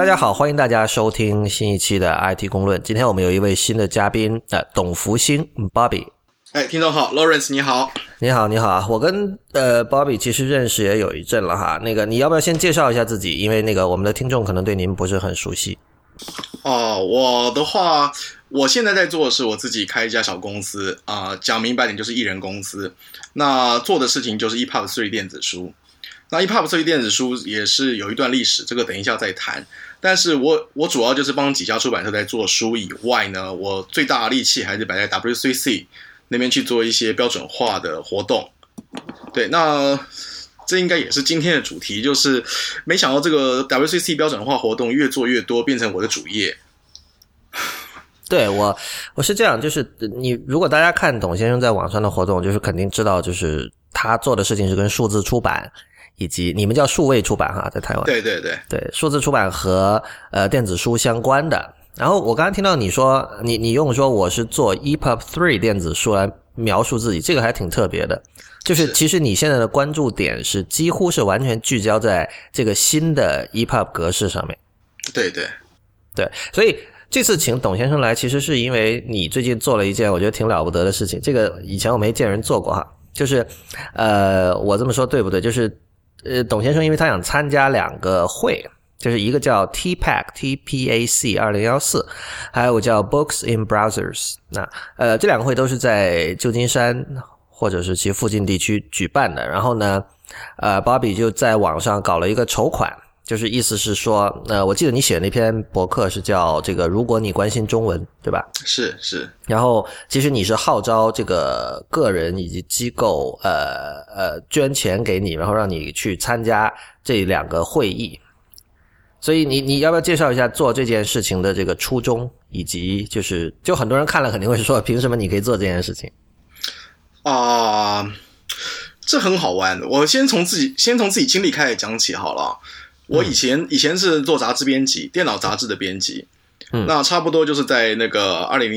大家好，欢迎大家收听新一期的 IT 公论。今天我们有一位新的嘉宾，董福兴 Bobby。 听众好 ，Lawrence 你好。 你好，你好啊！我跟Bobby 其实认识也有一阵了哈。你要不要先介绍一下自己？因为我们的听众可能对您不是很熟悉。 我的话，我现在在做的是我自己开一家小公司讲明白点就是艺人公司。那做的事情就是 EPUB3 电子书。那 EPUB3 电子书也是有一段历史，这个等一下再谈。但是我主要就是帮几家出版社在做书以外呢，我最大的力气还是摆在 W3C 那边去做一些标准化的活动。对，那这应该也是今天的主题，就是没想到这个 W3C 标准化活动越做越多，变成我的主业。 对，我是这样，就是如果大家看董先生在网上的活动，就是肯定知道，就是他做的事情是跟数字出版以及你们叫数位出版哈，在台湾。 对对对对，数字出版和电子书相关的。然后我刚刚听到你说你用说我是做 EPUB3 电子书来描述自己，这个还挺特别的。就是其实你现在的关注点是几乎是完全聚焦在这个新的 EPUB 格式上面。 对对对，所以这次请董先生来，其实是因为你最近做了一件我觉得挺了不得的事情。这个以前我没见人做过哈，就是我这么说对不对？就是董先生因为他想参加两个会，就是一个叫 TPAC 2014，还有叫 Books in Browsers。那这两个会都是在旧金山或者是其附近地区举办的。然后呢Bobby 就在网上搞了一个筹款，就是意思是说我记得你写的那篇博客是叫这个如果你关心中文，对吧？ 是。 然后其实你是号召这个个人以及机构捐钱给你，然后让你去参加这两个会议。所以你要不要介绍一下做这件事情的这个初衷，以及就很多人看了肯定会说凭什么你可以做这件事情？ 这很好玩。我先从自己经历开始讲起好了。我以前是做杂志编辑，电脑杂志的编辑。那差不多就是在那个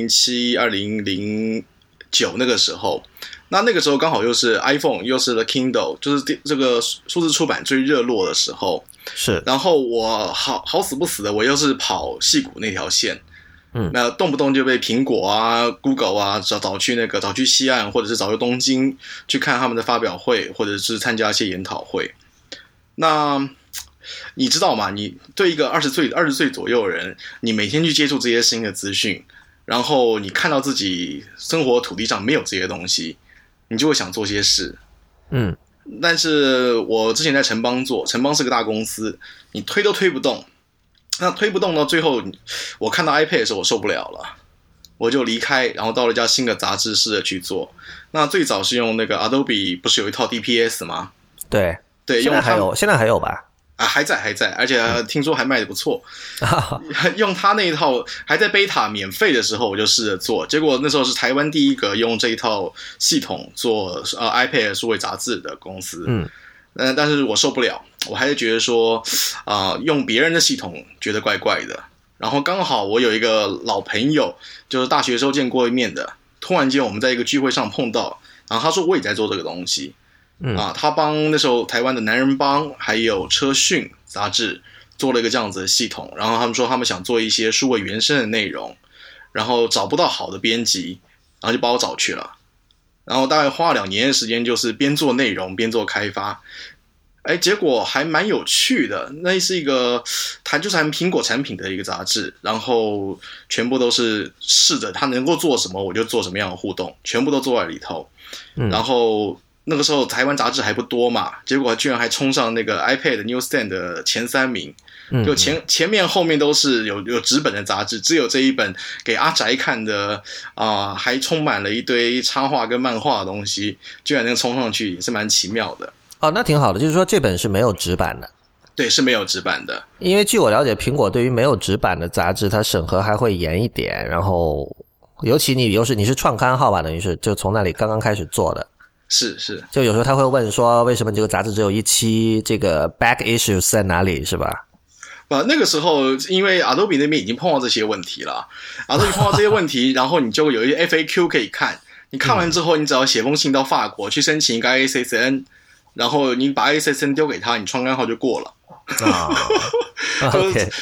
2007、2009那个时候。那个时候刚好又是 iPhone 又是 Kindle， 就是这个数字出版最热络的时候。 是。 然后我好死不死的，我又是跑矽谷那条线。那动不动就被苹果啊 Google 啊找去西岸，或者是找去东京去看他们的发表会，或者是参加一些研讨会。那你知道吗？你对一个20岁左右的人，你每天去接触这些新的资讯，然后你看到自己生活土地上没有这些东西，你就会想做些事。但是我之前在城邦做，城邦是个大公司，你推都推不动。那推不动到最后，我看到 iPad 的时候我受不了了，我就离开，然后到了一家新的杂志社去做。那最早是用那个 Adobe 不是有一套 DPS 吗？ 对， 现在还有吧？ 还在，而且听说还卖得不错。用他那一套还在 beta 免费的时候，我就试着做，结果那时候是台湾第一个用这一套系统做iPad 数位杂志的公司。但是我受不了，我还是觉得说用别人的系统觉得怪怪的。然后刚好我有一个老朋友，就是大学时候见过一面的，突然间我们在一个聚会上碰到，然后他说我也在做这个东西。他帮那时候台湾的男人帮还有车讯杂志做了一个这样子的系统，然后他们说他们想做一些数位原生的内容，然后找不到好的编辑，然后就把我找去了。然后大概花了2年的时间，就是边做内容边做开发。结果还蛮有趣的。那是一个谈苹果产品的一个杂志，然后全部都是试着它能够做什么我就做什么样的互动，全部都做在里头。然后那个时候台湾杂志还不多嘛，结果居然还冲上那个 iPad Newsstand 的前3名。就前面后面都是有纸本的杂志，只有这一本给阿宅看的还充满了一堆插画跟漫画的东西，居然能冲上去，也是蛮奇妙的。 那挺好的，就是说这本是没有纸版的。 对，是没有纸版的。 因为据我了解，苹果对于没有纸版的杂志它审核还会严一点，然后尤其你是创刊号吧，等于是就从那里刚刚开始做的。 是， 就有时候他会问说为什么这个杂志只有1期，这个 back issues 在哪里，是吧？ 那个时候因为 Adobe 那边已经碰到这些问题了， Adobe 碰到这些问题然后你就有一些 FAQ 可以看，你看完之后你只要写封信到法国去申请一个 ISSN， 然后你把 ISSN 丢给他，你创刊号就过了。 OK，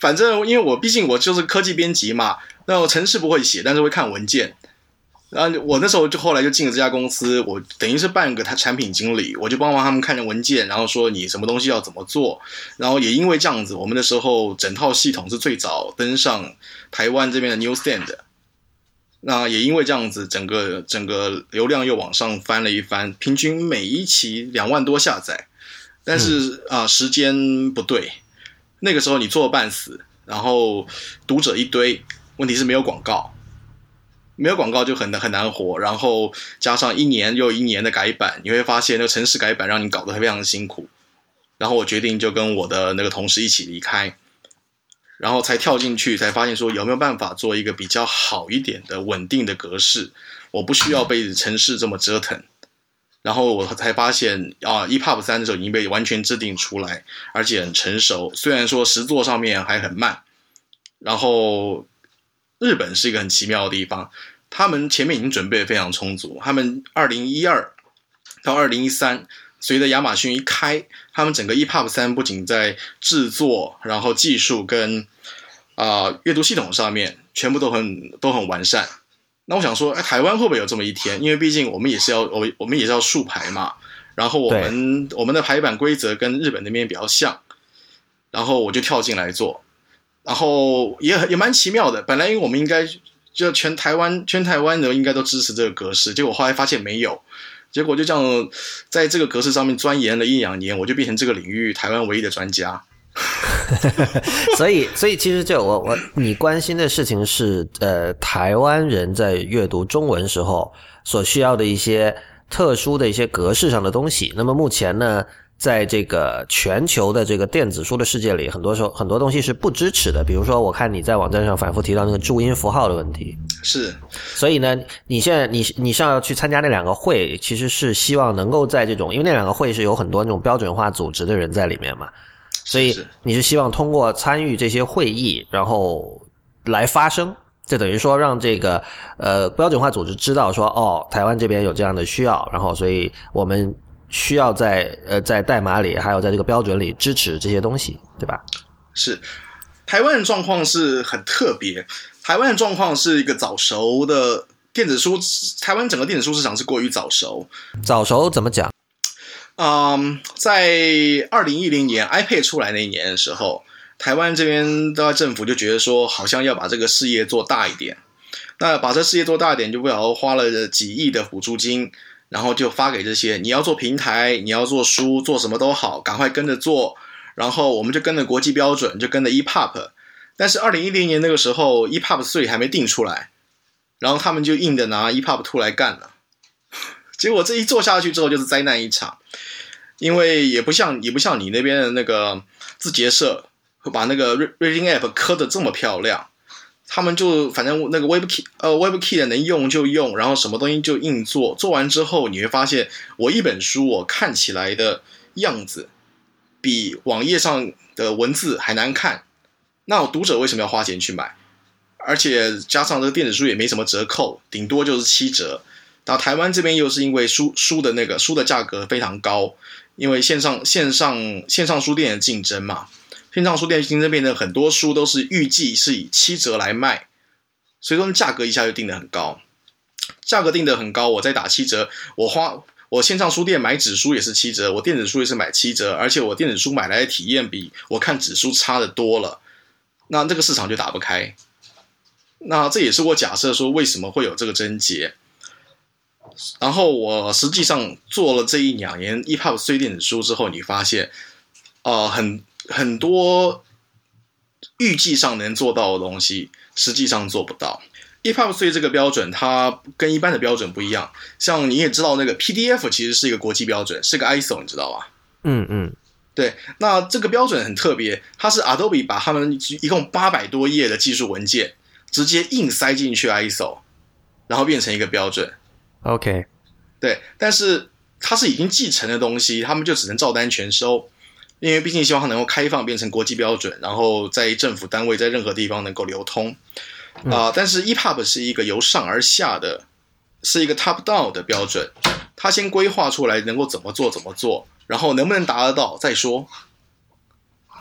反正因为我毕竟我就是科技编辑嘛，那我程式不会写，但是会看文件。然后我那时候就后来就进了这家公司，我等于是半个产品经理，我就帮忙他们看着文件，然后说你什么东西要怎么做。然后也因为这样子，我们那时候整套系统是最早登上台湾这边的 Newsstand 的。那也因为这样子，整个流量又往上翻了一番，平均每一期2万多下载。但是时间不对，那个时候你做半死，然后读者一堆，问题是没有广告。没有广告就很难活，然后加上1年又1年的改版，你会发现那个程式改版让你搞得非常辛苦。然后我决定就跟我的那个同事一起离开，然后才跳进去，才发现说有没有办法做一个比较好一点的稳定的格式，我不需要被程式这么折腾。然后我才发现EPUB 3的时候已经被完全制定出来，而且很成熟，虽然说实作上面还很慢。然后日本是一个很奇妙的地方，他们前面已经准备得非常充足，他们2012到2013随着亚马逊一开，他们整个 EPUB 3不仅在制作，然后技术跟阅读系统上面全部都很完善。那我想说，台湾会不会有这么一天？因为毕竟我们也是要竖排嘛，然后我们的排版规则跟日本那边比较像，然后我就跳进来做。然后也蛮奇妙的，本来因为我们应该就全台湾人应该都支持这个格式，结果后来发现没有，结果就这样在这个格式上面钻研了1-2年，我就变成这个领域台湾唯一的专家。 所以其实就你关心的事情是台湾人在阅读中文时候所需要的一些特殊的一些格式上的东西。那么目前呢，在这个全球的这个电子书的世界里，很多东西是不支持的。比如说我看你在网站上反复提到那个注音符号的问题。 是。 所以呢，你现在你上要去参加那2个会，其实是希望能够在这种，因为那2个会是有很多那种标准化组织的人在里面嘛，所以你是希望通过参与这些会议然后来发声，就等于说让这个标准化组织知道说台湾这边有这样的需要，然后所以我们需要在代码里还有在这个标准里支持这些东西，对吧？是。 台湾的状况是很特别，台湾的状况是一个早熟的电子书，台湾整个电子书市场是过于早熟。 早熟怎么讲？ 在2010年 iPad 出来那一年的时候，台湾这边的政府就觉得说好像要把这个事业做大一点，那把这事业做大一点就不晓得花了几亿的补助金，然后就发给这些你要做平台，你要做书，做什么都好，赶快跟着做，然后我们就跟着国际标准，就跟着 EPUB。 但是2010年那个时候 EPUB 3还没定出来，然后他们就硬的拿 EPUB 2来干了，结果这一做下去之后就是灾难一场。因为也不像你那边的那个字节社会把那个 Reading App 刻得这么漂亮，他们就反正那个 WebKey 的能用就用，然后什么东西就硬做，做完之后你会发现我一本书我看起来的样子比网页上的文字还难看，那我读者为什么要花钱去买？而且加上这个电子书也没什么折扣，顶多就是7折。然后台湾这边又是因为书的价格非常高，因为线上书店的竞争嘛，线上书店竞争变成很多书都是预计是以7折来卖，所以说价格一下就定得很高。价格定得很高，我再打7折，我线上书店买纸书也是7折，我电子书也是买7折，而且我电子书买来的体验比我看纸书差得多了，那这个市场就打不开。那这也是我假设说为什么会有这个症结。然后我实际上做了这1-2年 EPUB 3电子书之后，你发现很多预计上能做到的东西实际上做不到。EPUB 3这个标准它跟一般的标准不一样，像你也知道那个 PDF 其实是一个国际标准，是个 ISO， 你知道吧？对，那这个标准很特别，它是 Adobe 把他们一共800多页的技术文件直接硬塞进去 ISO， 然后变成一个标准。 OK， 对，但是它是已经继承的东西，他们就只能照单全收，因为毕竟希望它能够开放变成国际标准，然后在政府单位在任何地方能够流通。但是 EPUB 是一个由上而下的，是一个 top down 的标准，它先规划出来能够怎么做，然后能不能达得到再说。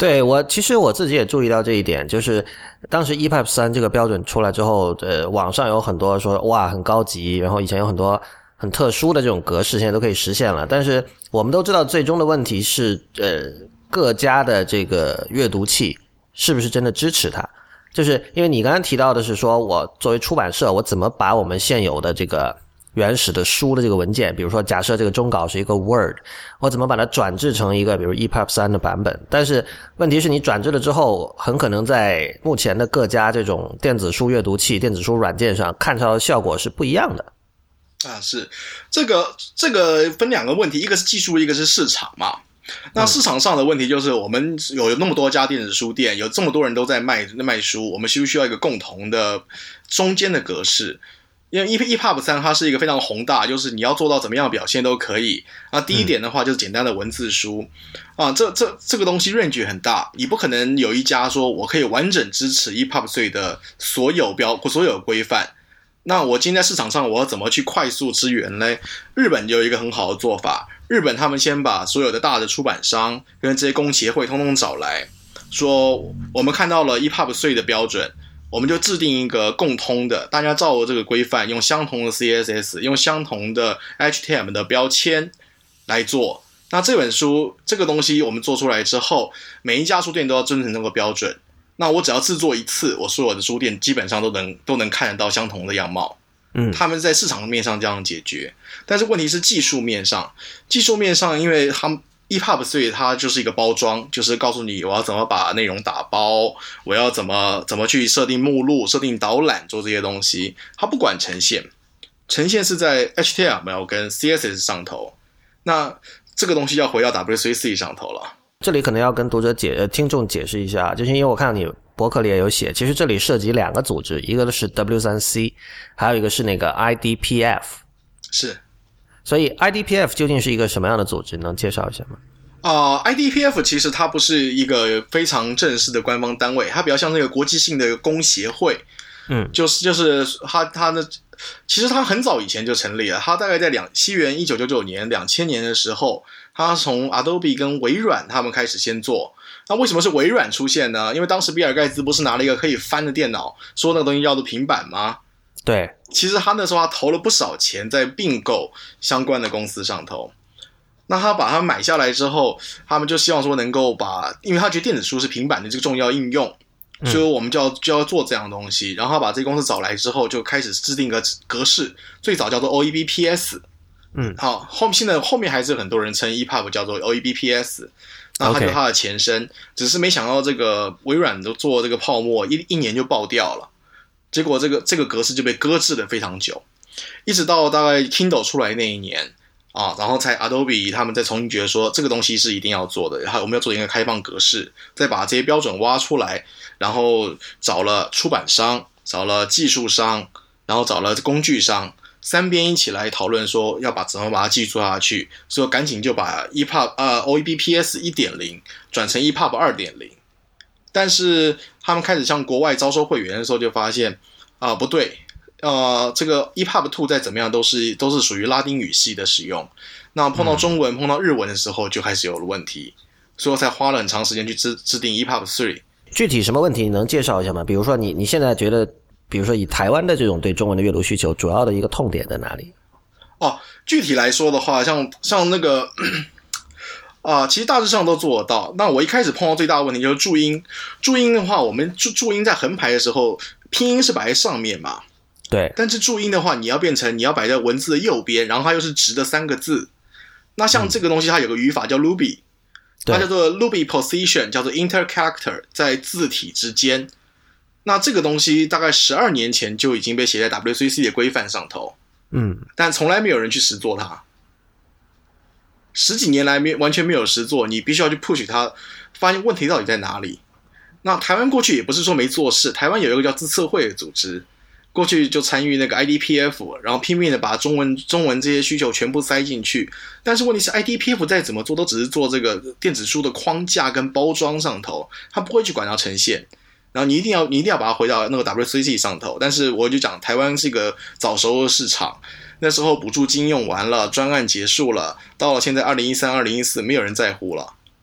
对，其实我自己也注意到这一点，就是当时 EPUB 3这个标准出来之后，网上有很多说哇很高级，然后以前有很多很特殊的这种格式现在都可以实现了，但是我们都知道最终的问题是各家的这个阅读器是不是真的支持它，就是因为你刚刚提到的是说我作为出版社我怎么把我们现有的这个原始的书的这个文件，比如说假设这个终稿是一个 Word， 我怎么把它转制成一个比如 EPUB 3的版本，但是问题是你转制了之后很可能在目前的各家这种电子书阅读器电子书软件上看到的效果是不一样的是这个分两个问题，一个是技术，一个是市场嘛。那市场上的问题就是我们有那么多家电子书店，有这么多人都在卖书，我们需不需要一个共同的中间的格式？因为 EPUB 3它是一个非常宏大，就是你要做到怎么样的表现都可以。第一点的话就是简单的文字书这个东西 range 很大，你不可能有一家说我可以完整支持 EPUB 3的所有规范。那我今天在市场上我要怎么去快速支援呢？日本有一个很好的做法，日本他们先把所有的大的出版商跟这些公协会通通找来，说我们看到了 EPUB 3的标准，我们就制定一个共通的，大家照这个规范，用相同的 CSS， 用相同的 HTML 的标签来做。那这本书这个东西我们做出来之后，每一家书店都要遵循这个标准。那我只要制作一次，我所有的书店基本上都能看得到相同的样貌。他们在市场面上这样解决，但是问题是技术面上，因为他们 EPUB 3它就是一个包装，就是告诉你我要怎么把内容打包，我要怎么去设定目录、设定导览，做这些东西。它不管呈现是在 HTML 跟 CSS 上头，那这个东西要回到 W3C 上头了。 这里可能要跟听众解释一下，就是因为我看到你博客里也有写，其实这里涉及两个组织，一个是 W3C， 还有一个是那个 IDPF。 是， 所以 IDPF 究竟是一个什么样的组织，能介绍一下吗 ？IDPF 其实它不是一个非常正式的官方单位，它比较像那个国际性的工协会。就是它的，其实它很早以前就成立了，它大概在西元1999年2000年的时候，它从 Adobe 跟微软他们开始先做。那为什么是微软出现呢？因为当时比尔盖茨不是拿了一个可以翻的电脑，说那个东西叫做平板吗？ 对， 其实他那时候他投了不少钱在并购相关的公司上头。那他把它买下来之后，他们就希望说能够因为他觉得电子书是平板的这个重要应用，所以我们就要做这样的东西。然后他把这些公司找来之后，就开始制定个格式，最早叫做 OEBPS。好，后面还是很多人称 EPUB 叫做 OEBPS。那它就是它的前身，只是没想到这个微软都做这个泡沫，一年就爆掉了。结果这个格式就被搁置了非常久，一直到大概 Kindle 出来那一年然后才 Adobe 他们再重新觉得说这个东西是一定要做的，然后我们要做一个开放格式，再把这些标准挖出来，然后找了出版商，找了技术商，然后找了工具商，三边一起来讨论说要怎么把它寄出下去，所以赶紧就把 OEBPS 1.0 转成 EPUB 2.0。但是他们开始向国外招收会员的时候，就发现不对，这个 EPUB 2再怎么样都是属于拉丁语系的使用，那碰到中文碰到日文的时候就开始有了问题，所以我才花了很长时间去制定 EPUB 3。 具体什么问题你能介绍一下吗？比如说你现在觉得，比如说以台湾的这种对中文的阅读需求，主要的一个痛点在哪里？ 具体来说的话，像那个其实大致上都做得到。那我一开始碰到最大的问题就是注音。注音的话，我们注音在横排的时候，拼音是摆在上面嘛？ 对。 但是注音的话，你要摆在文字的右边，然后它又是直的3个字。那像这个东西，它有个语法叫 Ruby，它叫做 Ruby position， 叫做 intercharacter， 在字体之间。那这个东西大概12年前就已经被写在 W3C 的规范上头，但从来没有人去实做它。10几年来完全没有实做，你必须要去 push 它，发现问题到底在哪里。那台湾过去也不是说没做事，台湾有一个叫资策会的组织，过去就参与那个 IDPF， 然后拼命的把中文这些需求全部塞进去。但是问题是 IDPF 再怎么做都只是做这个电子书的框架跟包装上头，它不会去管它呈现。然后你一定要把它回到那个 W3C 上头。但是我就讲台湾是一个早熟的市场，那时候补助金用完了，专案结束了，到了现在2013、2014没有人在乎了。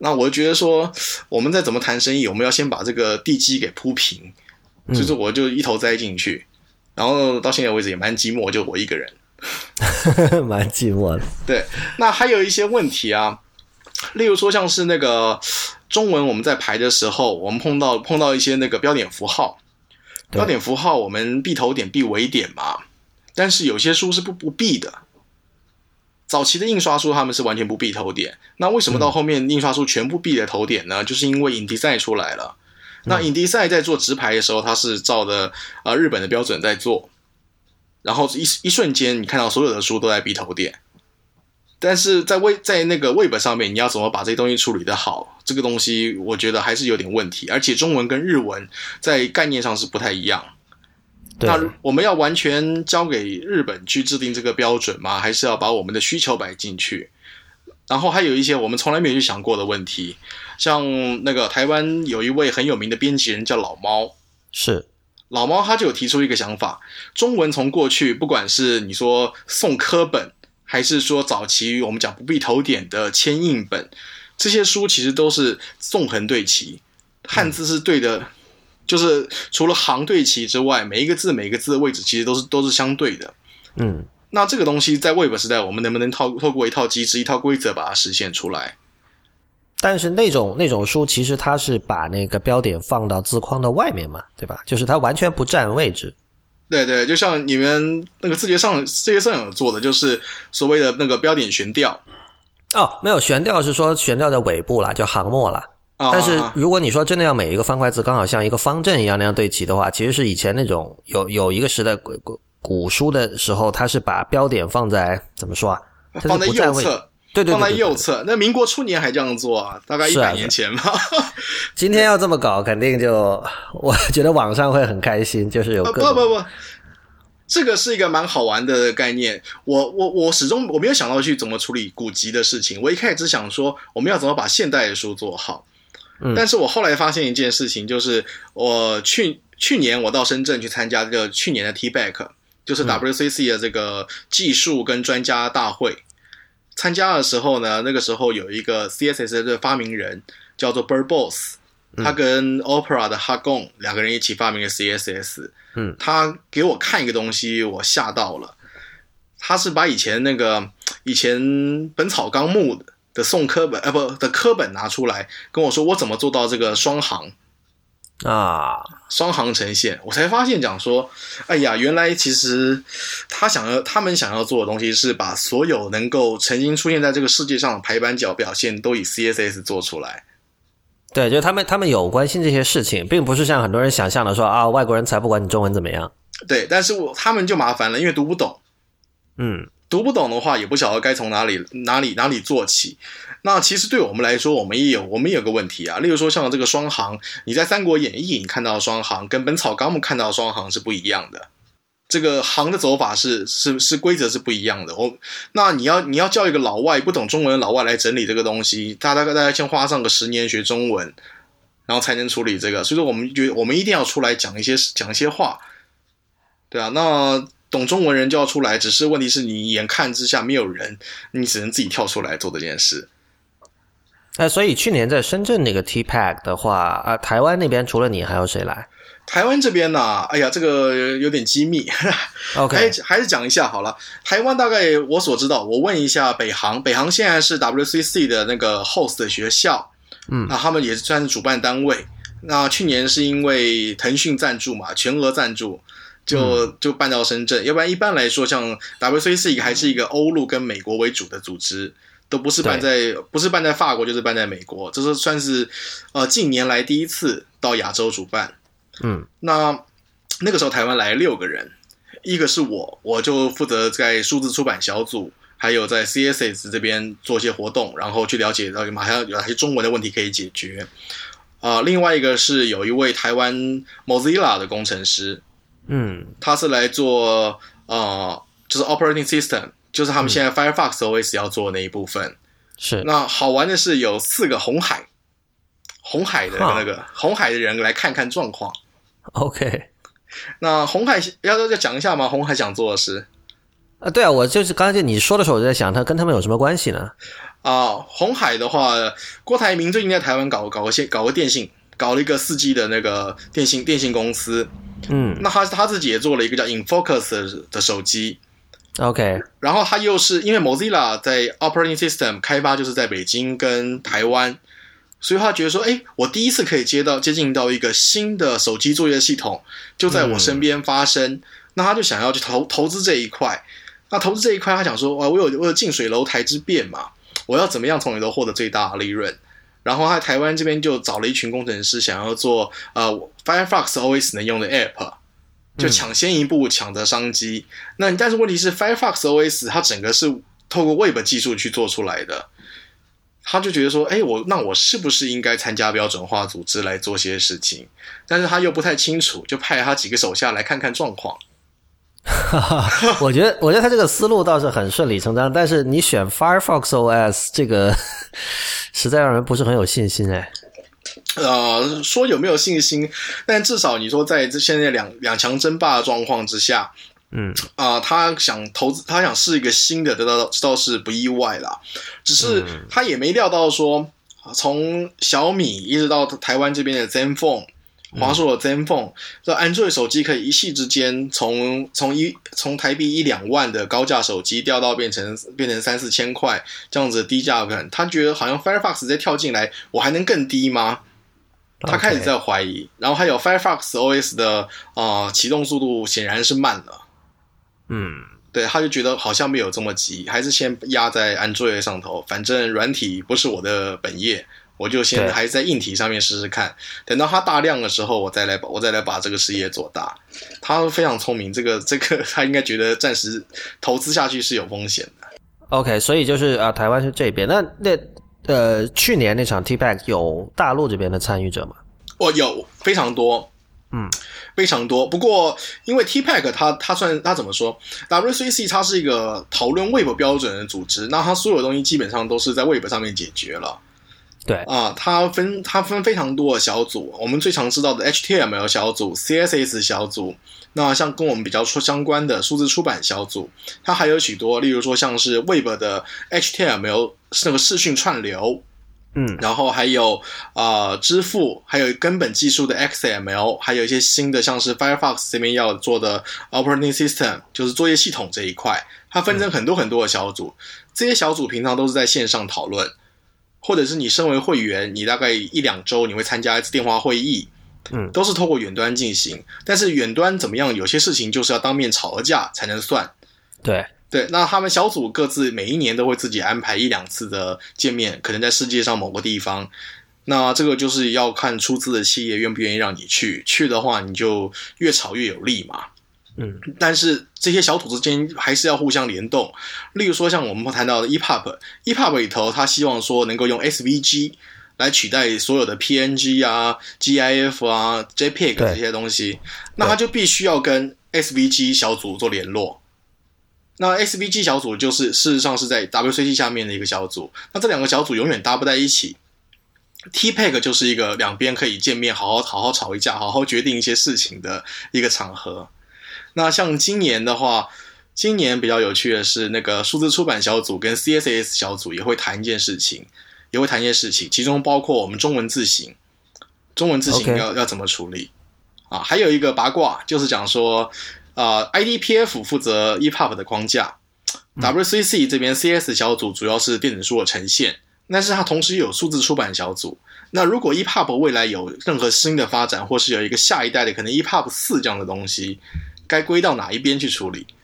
那我就觉得说，我们再怎么谈生意，我们要先把这个地基给铺平，就是我就一头栽进去，然后到现在为止也蛮寂寞，就我一个人， 蛮寂寞的。 对，那还有一些问题啊，例如说像是那个中文我们在排的时候，我们碰到一些那个标点符号，标点符号我们闭头点闭尾点嘛，但是有些书是不闭的。早期的印刷书他们是完全不闭头点，那为什么到后面印刷书全部闭了头点呢？就是因为影迪赛出来了。那影迪赛在做直排的时候，它是照的日本的标准在做，然后一瞬间你看到所有的书都在闭头点。但是在那个 Web 上面，你要怎么把这些东西处理得好？这个东西我觉得还是有点问题，而且中文跟日文在概念上是不太一样。那我们要完全交给日本去制定这个标准吗？还是要把我们的需求摆进去？然后还有一些我们从来没有去想过的问题，像那个台湾有一位很有名的编辑人叫老猫， 是老猫他就有提出一个想法，中文从过去不管是你说宋科本，还是说早期我们讲不闭头点的铅印本，这些书其实都是纵横对齐，汉字是对的。就是除了行对齐之外，每一个字的位置其实都是相对的。那这个东西在 Web 时代，我们能不能透过一套机制、一套规则把它实现出来？ 但是那种书其实它是把那个标点放到字框的外面嘛，对吧？就是它完全不占位置。 对对，就像你们那个字节上有做的，就是所谓的那个标点悬吊。 哦，没有，悬吊是说悬吊在尾部啦，就行末啦。但是如果你说真的要每一个方块字刚好像一个方阵一样那样对齐的话，其实是以前那种有一个时代古书的时候，它是把标点放在怎么说啊？ 放在右侧， 对， 放在右侧。那民国初年还这样做啊，大概100年前吧。 今天要这么搞，肯定就我觉得网上会很开心，就是有各种不。这个是一个蛮好玩的概念，我始终没有想到去怎么处理古籍的事情。我一开始只想说我们要怎么把现代的书做好。但是我后来发现一件事情，就是我去年我到深圳去参加这个去年的 TBAC， 就是 WCC 的这个技术跟专家大会。参加的时候呢，那个时候有一个 CSS 的发明人叫做 Bird Boss， 他跟 Opera 的 Hagong 两个人一起发明了 CSS。他给我看一个东西，我吓到了。他是把以前本草纲目的宋科本的科本拿出来跟我说我怎么做到这个双行双行呈现。我才发现讲说，哎呀，原来其实他们想要做的东西是把所有能够曾经出现在这个世界上的排版角表现都以 CSS 做出来。 对，就是他们有关心这些事情，并不是像很多人想象的说啊，外国人才不管你中文怎么样。 对，但是他们就麻烦了，因为读不懂。读不懂的话，也不晓得该从哪里做起。那其实对我们来说，我们也有个问题啊。例如说像这个双行，你在《三国演义》你看到的双行，跟《本草纲目》看到的双行是不一样的。这个行的走法是规则是不一样的。那你要叫一个老外不懂中文的老外来整理这个东西，他大概先花上个10年学中文，然后才能处理这个。所以说，我们觉得我们一定要出来讲一些话，对啊。那懂中文人就要出来，只是问题是你眼看之下没有人，你只能自己跳出来做这件事。 所以去年在深圳那个 TPAC 的话，台湾那边除了你还有谁来？ 台湾这边呢，哎呀，这个有点机密 ，OK， 还是讲一下好了。台湾大概我所知道，我问一下北航现在是 WCC 的那个 host 的学校，那他们也算是主办单位。那去年是因为腾讯赞助嘛，全额赞助。就办到深圳，要不然一般来说，像 WCC 还是一个欧陆跟美国为主的组织，都不是办在法国，就是办在美国，这是算是近年来第一次到亚洲主办。那个时候台湾来6个人，一个是我就负责在数字出版小组，还有在 CSS 这边做些活动，然后去了解到马上有哪些中文的问题可以解决。另外一个是有一位台湾 Mozilla 的工程师。他是来做就是 operating system， 就是他们现在 Firefox OS 要做的那一部分。是。那好玩的是有4个红海的那个红海的人来看看状况。 OK。 那红海要讲一下吗？红海想做的事。 对啊，我就是刚才你说的时候，我就在想，它跟他们有什么关系呢？ 鸿海的话，郭台铭最近在台湾搞个电信，搞了一个4G 的那个电信公司。那他自己也做了一个叫 InFocus 的手机。 OK， 然后他又是因为 Mozilla 在 Operating System 开发就是在北京跟台湾，所以他觉得说，我第一次可以接近到一个新的手机作业系统，就在我身边发生。那他就想要去投资这一块。那投资这一块，他想说，我有近水楼台之变嘛，我要怎么样从里头获得最大的利润？然后他在台湾这边就找了一群工程师，想要做Firefox OS 能用的 App。就抢先一步抢得商机。但是问题是 Firefox OS 它整个是透过 Web 技术去做出来的，他就觉得说，我是不是应该参加标准化组织来做些事情？但是他又不太清楚，就派他几个手下来看看状况。 我觉得他这个思路倒是很顺理成章，但是你选 Firefox OS 这个实在让人不是很有信心说有没有信心？但至少你说在现在两强争霸的状况之下，他想投资，他想试一个新的，这倒是不意外啦。只是他也没料到说，从小米一直到台湾这边的 Zenfone， 华硕的 Zenfone， 这 Android 手机可以一夕之间从台币1-2万的高价手机掉到变成3-4千块这样子的低价感，他觉得好像 Firefox 再跳进来，我还能更低吗？他开始在怀疑，然后还有 Firefox OS 的启动速度显然是慢了，对，他就觉得好像没有这么急，还是先压在 Android 上头，反正软体不是我的本业，我就先还是在硬体上面试试看，等到它大量的时候，我再来把这个事业做大。他非常聪明，这个他应该觉得暂时投资下去是有风险的。 OK， 所以就是台湾是这边，去年那场 TPAC 有大陆这边的参与者吗？ 有非常多，非常多。不过因为 TPAC 它怎么说 ？WCC 它是一个讨论 Web 标准的组织，那它所有东西基本上都是在 Web 上面解决了。 对它分非常多的小组，我们最常知道的 HTML 小组、CSS 小组，那像跟我们比较相关的数字出版小组，它还有许多，例如说像是 Web 的 HTML 那个视讯串流，然后还有支付，还有根本技术的 XML， 还有一些新的像是 Firefox 这边要做的 Operating System， 就是作业系统这一块，它分成很多很多的小组，这些小组平常都是在线上讨论。或者是你身为会员，你大概1-2周你会参加一次电话会议，都是透过远端进行。但是远端怎么样？有些事情就是要当面吵个架才能算。对，那他们小组各自每一年都会自己安排1-2次的见面，可能在世界上某个地方。那这个就是要看出资的企业愿不愿意让你去的话，你就越吵越有利嘛。但是这些小组之间还是要互相联动，例如说像我们谈到的 EPUB 里头，他希望说能够用 SVG 来取代所有的 PNG 啊、GIF 啊、JPEG 这些东西，那他就必须要跟 SVG 小组做联络。那 SVG 小组就是事实上是在 WCC 下面的一个小组，那这两个小组永远搭不在一起。TPAC 就是一个两边可以见面，好好吵一架，好好决定一些事情的一个场合。那像今年的话，今年比较有趣的是，那个数字出版小组跟 CSS 小组也会谈一件事情，其中包括我们中文字型要怎么处理还有一个八卦就是讲说IDPF 负责 EPUB 的框架，WCC 这边 CS 小组主要是电子书的呈现，但是它同时也有数字出版小组。那如果 EPUB 未来有任何新的发展，或是有一个下一代的可能 EPUB 4这样的东西，该归到哪一边去处理？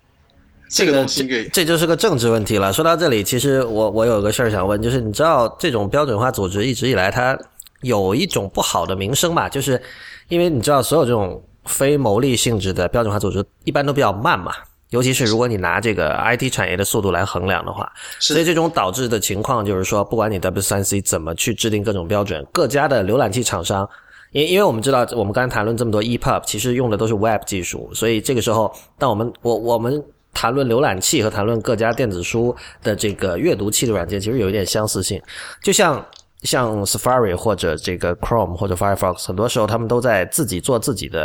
这就是个政治问题了。说到这里，其实我有个事儿想问，就是你知道这种标准化组织一直以来它有一种不好的名声嘛，就是因为你知道所有这种非牟利性质的标准化组织一般都比较慢嘛，尤其是如果你拿这个 IT 产业的速度来衡量的话，所以这种导致的情况就是说，不管你 W3C 怎么去制定各种标准，各家的浏览器厂商，因为我们知道我们刚才谈论这么多 EPUB 其实用的都是 Web 技术，所以这个时候当我们谈论浏览器和谈论各家电子书的这个阅读器的软件其实有一点相似性，就像 Safari 或者这个 Chrome 或者 Firefox 很多时候他们都在自己做自己的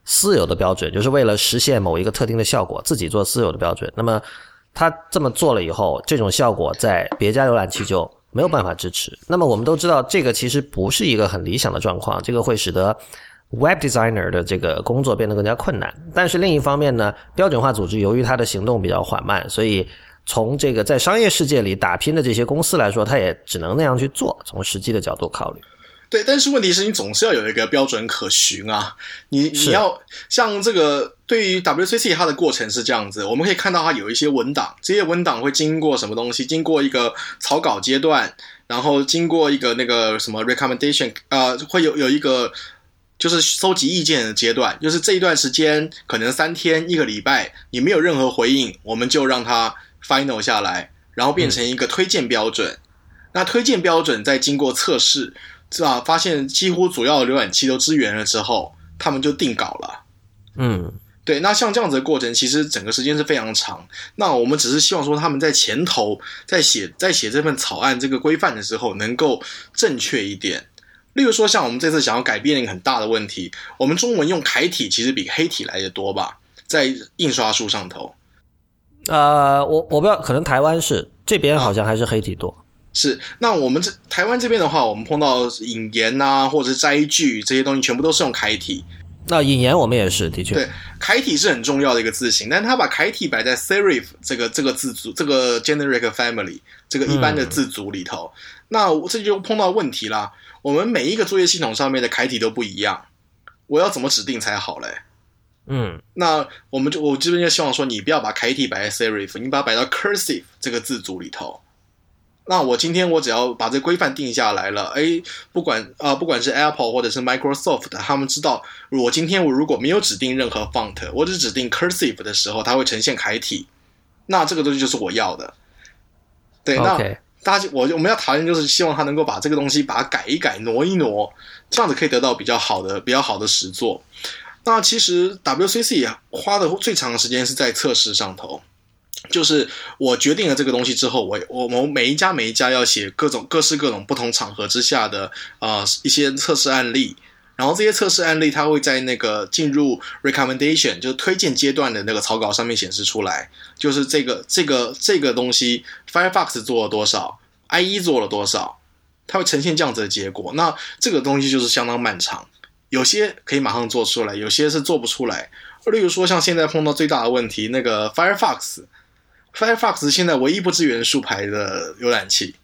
私有的标准，就是为了实现某一个特定的效果，自己做私有的标准。那么他这么做了以后，这种效果在别家浏览器就没有办法支持。那么我们都知道，这个其实不是一个很理想的状况，这个会使得 Web Designer 的这个工作变得更加困难。但是另一方面呢，标准化组织由于它的行动比较缓慢，所以从这个在商业世界里打拼的这些公司来说，它也只能那样去做，从实际的角度考虑。 对，但是问题是你总是要有一个标准可循啊，你要像这个对于 WCC 它的过程是这样子，我们可以看到它有一些文档，这些文档会经过什么东西，经过一个草稿阶段，然后经过一个那个什么 recommendation， 会有一个就是收集意见的阶段，就是这一段时间可能3天1个礼拜你没有任何回应，我们就让它 final 下来，然后变成一个推荐标准。那推荐标准再经过测试发现几乎主要的浏览器都支援了之后，他们就定稿了。对，那像这样子的过程，其实整个时间是非常长。那我们只是希望说，他们在前头在写这份草案这个规范的时候，能够正确一点。例如说，像我们这次想要改变一个很大的问题，我们中文用楷体其实比黑体来的多吧，在印刷术上头。 我不知道，可能台湾是这边好像还是黑体多。 是，那我们台湾这边的话，我们碰到引言啊，或者是摘句这些东西，全部都是用楷体。 那引言我们也是，的确， 对，楷体是很重要的一个字型，但是他把楷体摆在 serif 这个字组，这个 generic family 这个一般的字组里头，那这就碰到问题啦。我们每一个作业系统上面的楷体都不一样，我要怎么指定才好嘞？那我这边就希望说，你不要把楷体摆在 serif， 你把它摆到 cursive 这个字组里头。那我今天只要把这规范定下来了，不管是 Apple 或者是 Microsoft， 他们知道我今天如果没有指定任何 font， 我只指定 cursive 的时候，它会呈现楷体。那这个东西就是我要的。对，那我们要讨论就是希望他能够把这个东西把它改一改、挪一挪，这样子可以得到比较好的实作。那其实 WCC 花的最长的时间是在测试上头。就是我决定了这个东西之后，我们每一家要写各式各种不同场合之下的一些测试案例，然后这些测试案例它会在那个进入 recommendation 就是推荐阶段的那个草稿上面显示出来，就是这个东西 Firefox 做了多少 IE 做了多少，它会呈现这样子的结果。那这个东西就是相当漫长，有些可以马上做出来，有些是做不出来。例如说像现在碰到最大的问题，那个 Firefox 现在唯一不支援竖排的浏览器。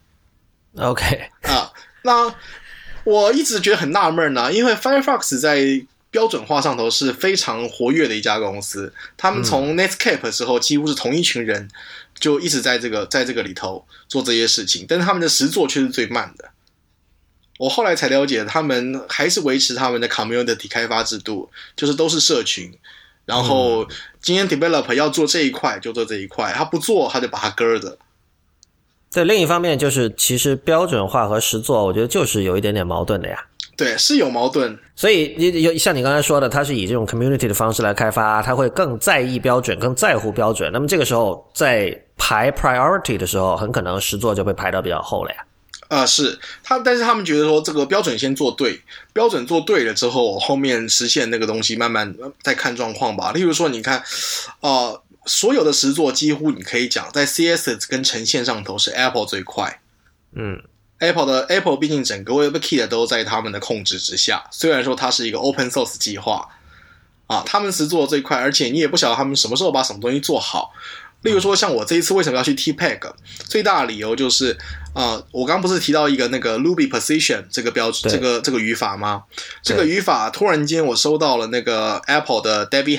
OK 那我一直觉得很纳闷呢，因为 Firefox 在标准化上头是非常活跃的一家公司，他们从 Netscape 的时候几乎是同一群人，就一直在这个里头做这些事情，但是他们的实作却是最慢的。我后来才了解，他们还是维持他们的 community 开发制度，就是都是社群。然后今天 developer 要做这一块就做这一块，他不做他就把它搁着。 对，另一方面就是其实标准化和实作我觉得就是有一点点矛盾的呀。 对，是有矛盾。 所以像你刚才说的，他是以这种 community 的方式来开发，他会更在意标准，更在乎标准，那么这个时候在排 priority 的时候，很可能实作就被排到比较后了呀。 是但是他们觉得说这个标准先做对，标准做对了之后，后面实现那个东西慢慢再看状况吧。例如说你看所有的实作几乎你可以讲在 CSS 跟呈现上头是 Apple 最快。Apple 毕竟整个 WebKit 都在他们的控制之下，虽然说它是一个 Open Source 计划他们实作最快，而且你也不晓得他们什么时候把什么东西做好。例如说像我这一次为什么要去 TPEG， 最大的理由就是我刚刚不是提到一个那个 Ruby Position 这个标志，这个语法吗？这个语法突然间我收到了那个 Apple 的 David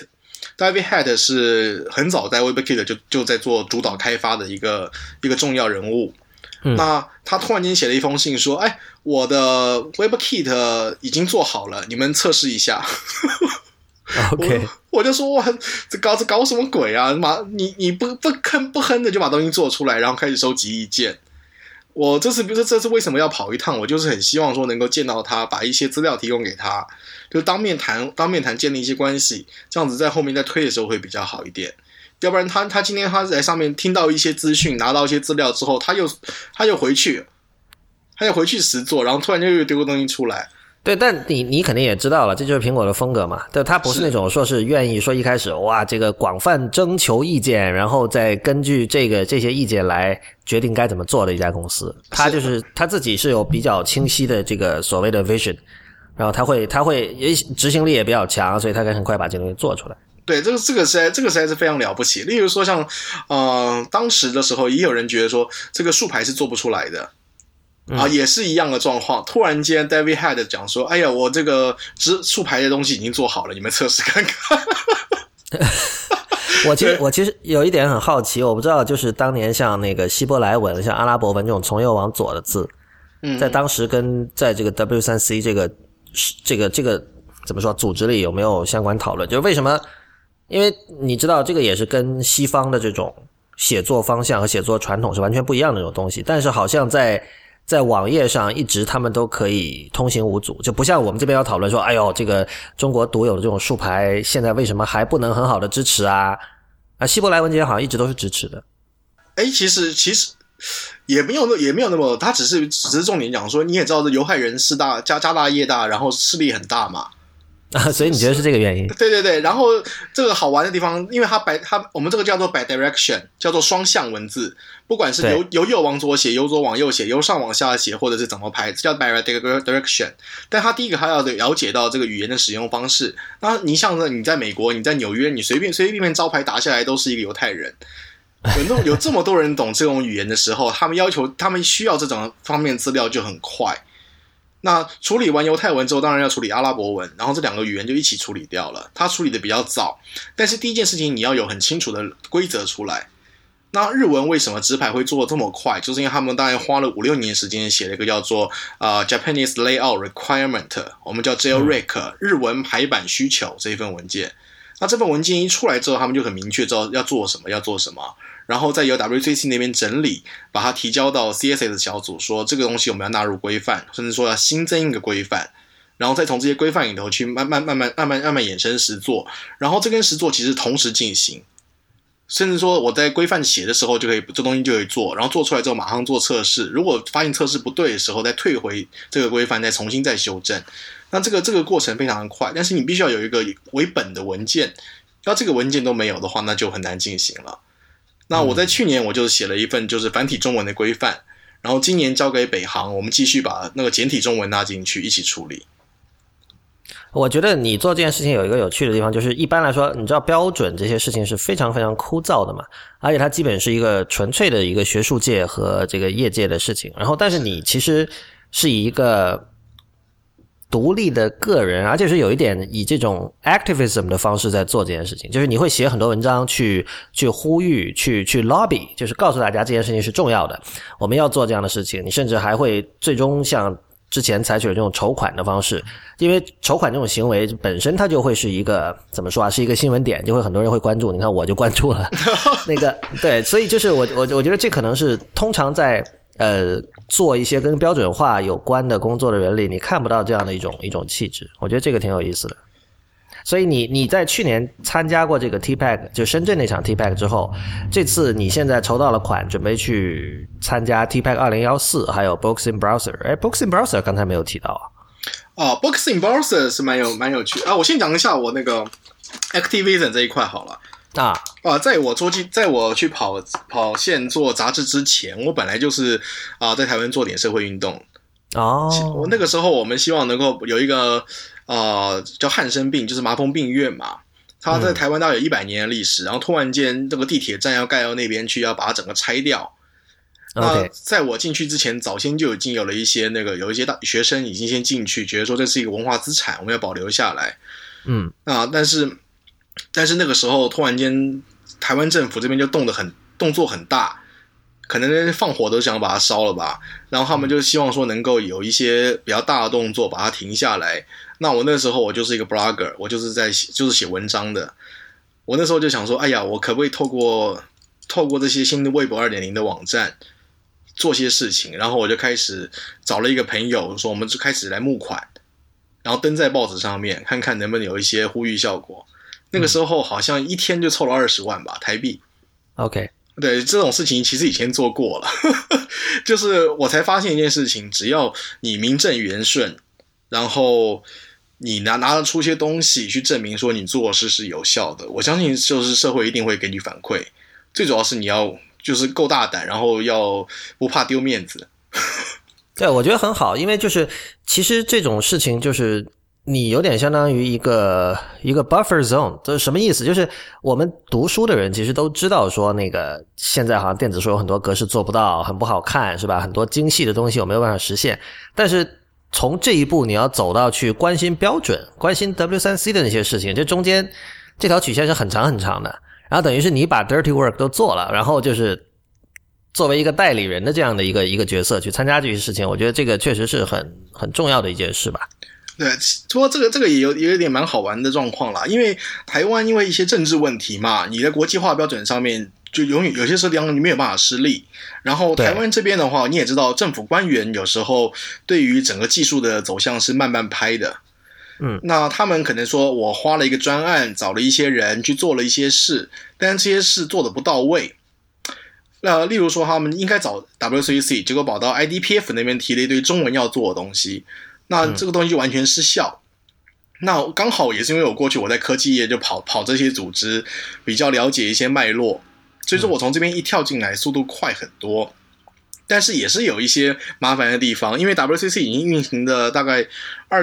Haidt 是很早在 WebKit 就在做主导开发的一个重要人物。那他突然间写了一封信说，我的 WebKit 已经做好了，你们测试一下。 OK， 我就说哇，这搞什么鬼啊！你不哼的就把东西做出来，然后开始收集意见。我这次为什么要跑一趟？我就是很希望说能够见到他，把一些资料提供给他，就当面谈建立一些关系，这样子在后面在推的时候会比较好一点。要不然他今天他在上面听到一些资讯，拿到一些资料之后，他又回去实做，然后突然就又丢个东西出来。 对，但你肯定也知道了，这就是苹果的风格嘛。对，它不是那种说是愿意说一开始哇这个广泛征求意见，然后再根据这些意见来决定该怎么做的一家公司。它就是它自己是有比较清晰的这个所谓的 vision， 然后它会执行力也比较强，所以它可以很快把这个东西做出来。 对，这个实在是非常了不起。例如说像当时的时候，也有人觉得说这个竖排是做不出来的。也是一样的状况。突然间 David Head 讲说：“哎呀，我这个竖排的东西已经做好了，你们测试看看。” 我其实有一点很好奇，我不知道就是当年像那个希伯来文、像阿拉伯文这种从右往左的字，在当时跟在这个 W3C 这个怎么说组织里有没有相关讨论？就是为什么？因为你知道这个也是跟西方的这种写作方向和写作传统是完全不一样的那种东西，但是好像在网页上一直他们都可以通行无阻，就不像我们这边要讨论说，哎呦，这个中国独有的这种竖排现在为什么还不能很好的支持啊？希伯来文这些好像一直都是支持的。 其实也没有那么，他只是重点讲说，你也知道这犹太人势大，家大业大，然后势力很大嘛。 所以你觉得是这个原因？ 对，然后这个好玩的地方，因为我们这个叫做 bidirection， 叫做双向文字，不管是由右往左写，由左往右写，由上往下写，或者是怎么排，这叫 bidirection。但他第一个他要了解到这个语言的使用方式。那你像你在美国，你在纽约，你随便招牌打下来都是一个犹太人。有这么多人懂这种语言的时候，他们需要这种方面资料就很快。那处理完犹太文之后，当然要处理阿拉伯文，然后这两个语言就一起处理掉了。它处理的比较早，但是第一件事情你要有很清楚的规则出来。那日文为什么直排会做得这么快？就是因为他们大概花了5-6年时间写了一个叫做Japanese Layout Requirement， 我们叫 JLREC， 日文排版需求这一份文件。那这份文件一出来之后，他们就很明确知道要做什么，然后再由 W3C 那边整理，把它提交到 CSS 小组，说这个东西我们要纳入规范，甚至说要新增一个规范，然后再从这些规范里头去慢慢衍生实作，然后这跟实作其实同时进行，甚至说我在规范写的时候就可以，这东西就可以做，然后做出来之后马上做测试，如果发现测试不对的时候，再退回这个规范，再重新再修正。那这个过程非常的快，但是你必须要有一个为本的文件，要这个文件都没有的话，那就很难进行了。那我在去年我就写了一份就是繁体中文的规范，然后今年交给北航，我们继续把那个简体中文纳进去一起处理。 我觉得你做这件事情有一个有趣的地方，就是一般来说，你知道标准这些事情是非常非常枯燥的嘛，而且它基本是一个纯粹的一个学术界和这个业界的事情。然后，但是你其实是以一个独立的个人，而且是有一点以这种 activism 的方式在做这件事情，就是你会写很多文章去呼吁，去 lobby， 就是告诉大家这件事情是重要的，我们要做这样的事情。你甚至还会最终像之前采取的这种筹款的方式，因为筹款这种行为本身它就会是一个怎么说啊，是一个新闻点，就会很多人会关注。你看我就关注了那个对，所以就是我觉得这可能是通常在做一些跟标准化有关的工作的人里，你看不到这样的一种气质，我觉得这个挺有意思的。所以你在去年参加过这个 TPAC， 就深圳那场 TPAC 之后，这次你现在筹到了款，准备去参加 TPAC 2014，还有 Books in Browser。Books in Browser 刚才没有提到啊。 Books in Browser 是蛮有趣啊。我先讲一下我那个 Activism 这一块好了。在我去跑线做杂志之前，我本来就是在台湾做点社会运动。我那个时候我们希望能够有一个叫汉生病，就是麻风病院嘛，它在台湾大概有100年的历史，然后突然间这个地铁站要盖到那边去，要把它整个拆掉。那在我进去之前，早先就已经有一些学生已经先进去，觉得说这是一个文化资产，我们要保留下来。但是那个时候突然间台湾政府这边就动作很大，可能放火都想把它烧了吧，然后他们就希望说能够有一些比较大的动作把它停下来。那我那时候我就是一个 blogger， 我就是写文章的。我那时候就想说，哎呀，我可不可以透过这些新的 Web 2.0 的网站做些事情，然后我就开始找了一个朋友说，我们就开始来募款，然后登在报纸上面，看看能不能有一些呼吁效果。那个时候好像一天就凑了20万吧台币。 OK， 对，这种事情其实以前做过了就是我才发现一件事情，只要你名正言顺， 然后你拿得出些东西去证明说你做的事是有效的，我相信就是社会一定会给你反馈。最主要是你要就是够大胆，然后要不怕丢面子。 对，我觉得很好，因为就是其实这种事情就是你有点相当于一个 buffer zone， 这是什么意思？就是我们读书的人其实都知道说那个现在好像电子书有很多格式做不到，很不好看，是吧？很多精细的东西我没有办法实现，但是从这一步你要走到去关心标准，关心 W3C 的那些事情，这中间这条曲线是很长很长的。然后等于是你把 dirty work 都做了，然后就是作为一个代理人的这样的一个角色去参加这些事情，我觉得这个确实是很重要的一件事吧。 对，不过这个也有一点蛮好玩的状况啦，因为台湾因为一些政治问题嘛，你在国际化标准上面就永远有些地方你没有办法施力。然后台湾这边的话，你也知道政府官员有时候对于整个技术的走向是慢慢拍的。那他们可能说我花了一个专案，找了一些人去做了一些事，但是这些事做的不到位。例如说他们应该找 W3C， 结果跑到 IDPF 那边提了一堆中文要做的东西，那这个东西就完全失效。那刚好也是因为我过去我在科技业就跑这些组织，比较了解一些脉络，所以说我从这边一跳进来速度快很多。但是也是有一些麻烦的地方，因为 WCC 已经运行的大概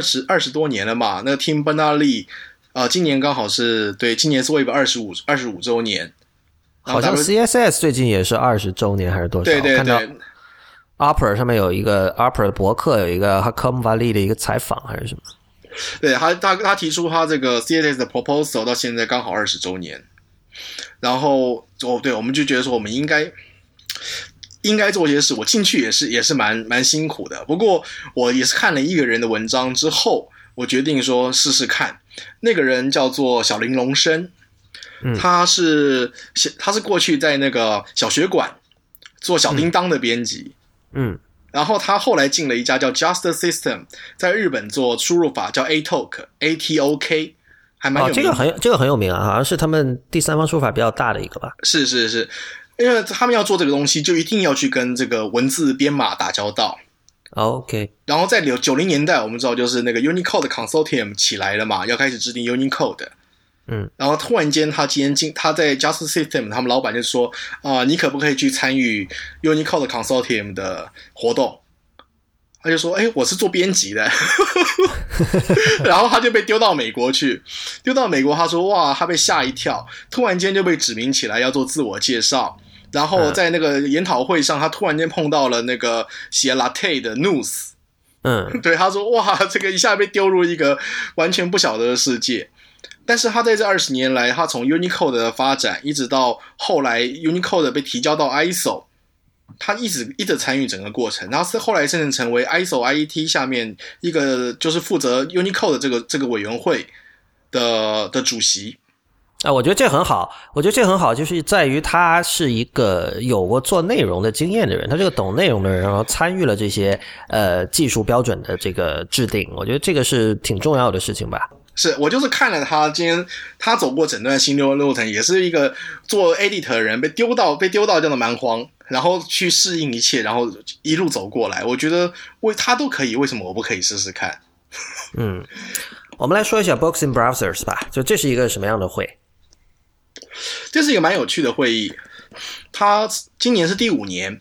20多年了嘛。那个 Tim Berners-Lee 今年刚好是对，今年是 Web 25周年。 好像 CSS 最近也是20周年还是多少？ 对对对。 Opera 上面有一个 Opera 的博客有一个 Haakon Valley 的一个采访还是什么？ 对，他提出他这个 CSS 的 proposal 到现在刚好20周年。然后对，我们就觉得说我们应该做些事，我进去也是蛮辛苦的。不过我也是看了一个人的文章之后，我决定说试试看。那个人叫做小林龙生，他是过去在那个小学馆做小叮当的编辑，然后他后来进了一家叫 Just System， 在日本做输入法叫 ATOK， 还蛮有名的。 这个很有名啊，好像是他们第三方输入法比较大的一个吧。 是。因为他们要做这个东西，就一定要去跟这个文字编码打交道。 OK。 然后在90年代，我们知道就是那个 Unicode Consortium 起来了嘛，要开始制定 Unicode。然后突然间他在 Just System， 他们老板就说你可不可以去参与 Unicode Consortium 的活动？他就说我是做编辑的。然后他就被丢到美国去。丢到美国，他说哇，他被吓一跳，突然间就被指名起来要做自我介绍。然后在那个研讨会上，他突然间碰到了那个写 Latte 的 News。对，他说哇，这个一下被丢入一个完全不晓得的世界。但是他在这20年来，他从 Unicode 的发展一直到后来 Unicode 被提交到 ISO， 他一直参与整个过程。然后是后来甚至成为 ISO IET 下面一个就是负责 Unicode 这个委员会的主席。 我觉得这很好，就是在于他是一个有过做内容的经验的人，他这个懂内容的人，然后参与了这些技术标准的这个制定，我觉得这个是挺重要的事情吧。 是，我就是看了他今天他走过整段心路程，也是一个做 edit 的人被丢到这样的蛮荒，然后去适应一切，然后一路走过来。我觉得他都可以，为什么我不可以试试看？ 我们来说一下 Books in Browsers 吧，就这是一个什么样的会？ 这是一个蛮有趣的会议，它今年是第5年。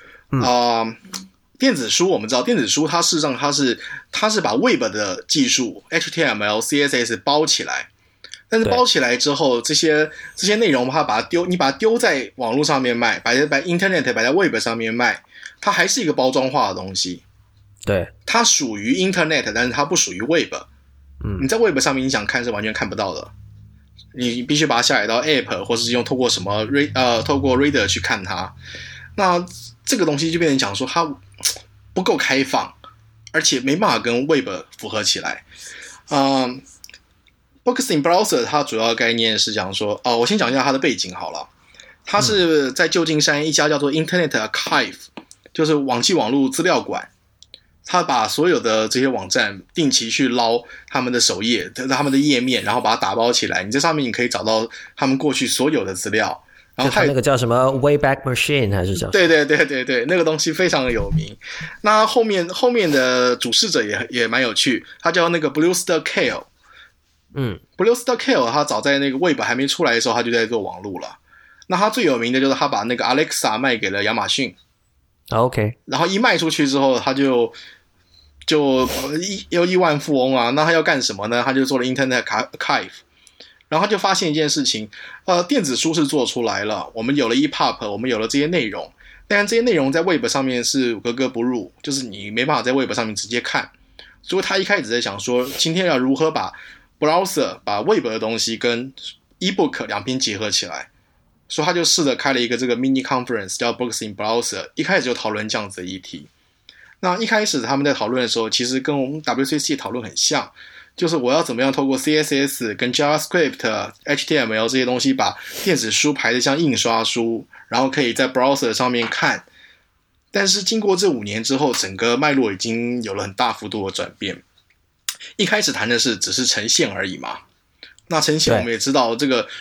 电子书我们知道，电子书它事实上它是把 Web 的技术 HTML、CSS 包起来，但是包起来之后，这些内容你把它丢在网络上面卖，把 Internet 摆在 Web 上面卖，它还是一个包装化的东西。 对， 它属于 Internet， 但是它不属于 Web。你在 Web 上面你想看是完全看不到的。你必须把它下载到 App， 或是透过什么透过 Reader 去看它。那这个东西就变成讲说它不够开放，而且没办法跟 Web 符合起来。Books in Browser 它主要的概念是讲说，我先讲一下它的背景好了。它是在旧金山一家叫做 Internet Archive， 就是网际网络资料馆。他把所有的这些网站定期去捞他们的首页，他们的页面，然后把它打包起来。你在上面你可以找到他们过去所有的资料， 然后他那个叫什么 Wayback Machine 还是叫？ 对，那个东西非常的有名。那后面的主事者也蛮有趣，他叫那个 Bluester Kale。Bluester Kale 他早在那个 Web 还没出来的时候，他就在做网路了。那他最有名的就是他把那个 Alexa 卖给了亚马逊。 OK， 然后一卖出去之后，他就亿万富翁啊。那他要干什么呢？他就做了 Internet Archive。然后他就发现一件事情，电子书是做出来了，我们有了 EPUB， 我们有了这些内容，但这些内容在 Web 上面是格格不入，就是你没办法在 Web 上面直接看。所以他一开始在想说，今天要如何把 Browser 把 Web 的东西跟 eBook 两边结合起来，所以他就试着开了一个这个 mini conference 叫 Books in Browser， 一开始就讨论这样子的议题。那一开始他们在讨论的时候，其实跟我们 WCC 讨论很像，就是我要怎么样透过 CSS 跟 JavaScript、HTML 这些东西把电子书排得像印刷书，然后可以在 browser 上面看。但是经过这5年之后，整个脉络已经有了很大幅度的转变。一开始谈的是只是呈现而已嘛，那呈现我们也知道这个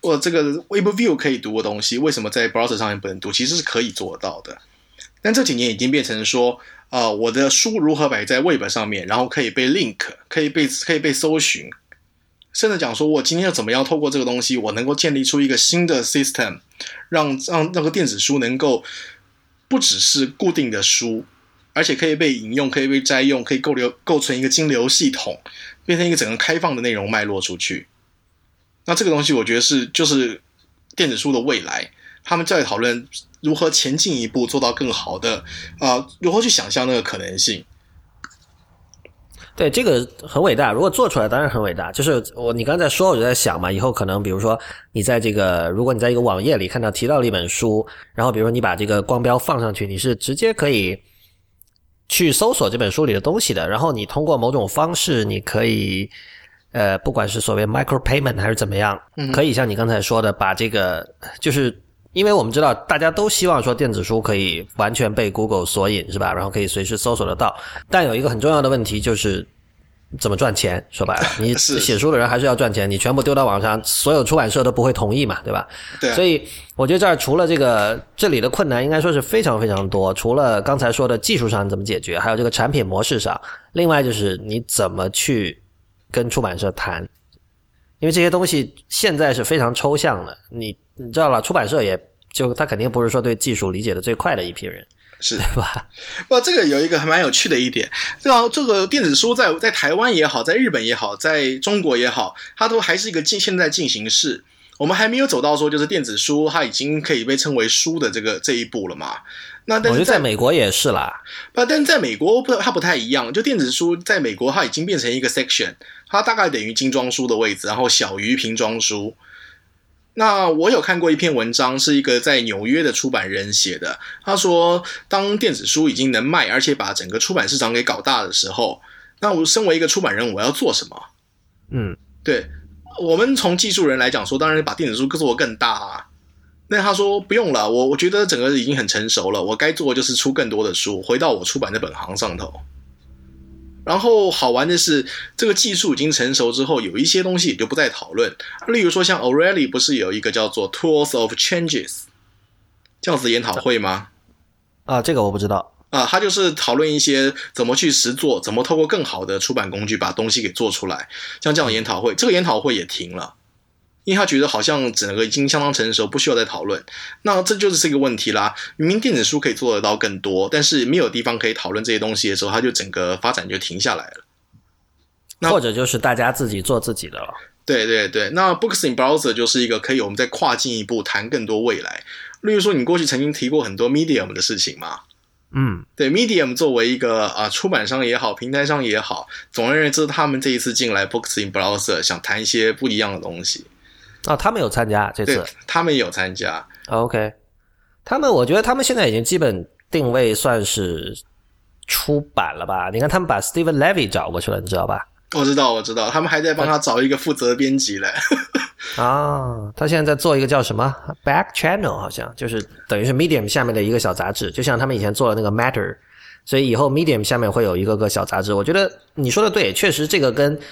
Web View 可以读的东西，为什么在 browser 上面不能读？其实是可以做得到的。但这几年已经变成说我的书如何摆在 Web 上面，然后可以被 link， 可以被搜寻，甚至讲说我今天要怎么样透过这个东西，我能够建立出一个新的 system， 让那个电子书能够不只是固定的书，而且可以被引用，可以被摘用，可以构成一个金流系统，变成一个整个开放的内容脉络出去。那这个东西我觉得就是电子书的未来，他们在讨论如何前进一步做到更好的如何去想象那个可能性。 对，这个很伟大，如果做出来当然很伟大。就是你刚才说，我就在想嘛，以后可能比如说你在如果你在一个网页里提到了一本书，然后比如说你把这个光标放上去，你是直接可以去搜索这本书里的东西的，然后你通过某种方式你可以不管是所谓 micro payment 还是怎么样，可以像你刚才说的把这个，就是因为我们知道大家都希望说电子书可以完全被 Google 索引是吧，然后可以随时搜索得到，但有一个很重要的问题就是怎么赚钱，说白了你写书的人还是要赚钱，你全部丢到网上，所有出版社都不会同意嘛，对吧？ 对啊。 所以我觉得这儿除了这里的困难应该说是非常非常多，除了刚才说的技术上怎么解决，还有这个产品模式上，另外就是你怎么去跟出版社谈，因为这些东西现在是非常抽象的，你知道了，出版社他肯定不是说对技术理解的最快的一批人， 是对吧？ 不，这个有一个还蛮有趣的一点，这个电子书在台湾也好，在日本也好，在中国也好，它都还是一个现在进行式。我们还没有走到说就是电子书它已经可以被称为书的这一步了嘛。那但是我觉得在美国也是啦。 但是在美国它不太一样，就电子书在美国它已经变成一个 section， 它大概等于精装书的位置，然后小于平装书。那我有看过一篇文章，是一个在纽约的出版人写的，他说当电子书已经能卖，而且把整个出版市场给搞大的时候，那我身为一个出版人我要做什么？对，我们从技术人来讲说，当然把电子书做得更大啊。那他说不用了，我觉得整个已经很成熟了，我该做的就是出更多的书，回到我出版的本行上头。然后好玩的是，这个技术已经成熟之后，有一些东西也就不再讨论。例如说，像 O'Reilly 不是有一个叫做 Tools of Changes 这样子的研讨会吗？ 这个我不知道。 他就是讨论一些怎么去实作，怎么透过更好的出版工具把东西给做出来。像这样的研讨会，这个研讨会也停了。因为他觉得好像整个已经相当成熟，不需要再讨论。那这就是一个问题啦。明明电子书可以做得到更多，但是没有地方可以讨论这些东西的时候，它就整个发展就停下来了。 或者就是大家自己做自己的了。 对对对，那 Books in Browser 就是一个可以我们再跨进一步谈更多未来。例如说，你过去曾经提过很多 Medium 的事情嘛。对 Medium 作为一个出版商也好，平台商也好，总而言之，他们这一次进来 Books in Browser 想谈一些不一样的东西。 他们有参加这次？ 对，他们也有参加。 OK， 我觉得他们现在已经基本定位算是出版了吧？你看他们把 Steven Levy 找过去了，你知道吧？ 我知道，他们还在帮他找一个负责编辑嘞。 他现在在做一个叫什么 Back Channel， 好像就是等于是 Medium 下面的一个小杂志，就像他们以前做了那个 Matter， 所以以后 Medium 下面会有一个个小杂志。我觉得你说的对，确实这个跟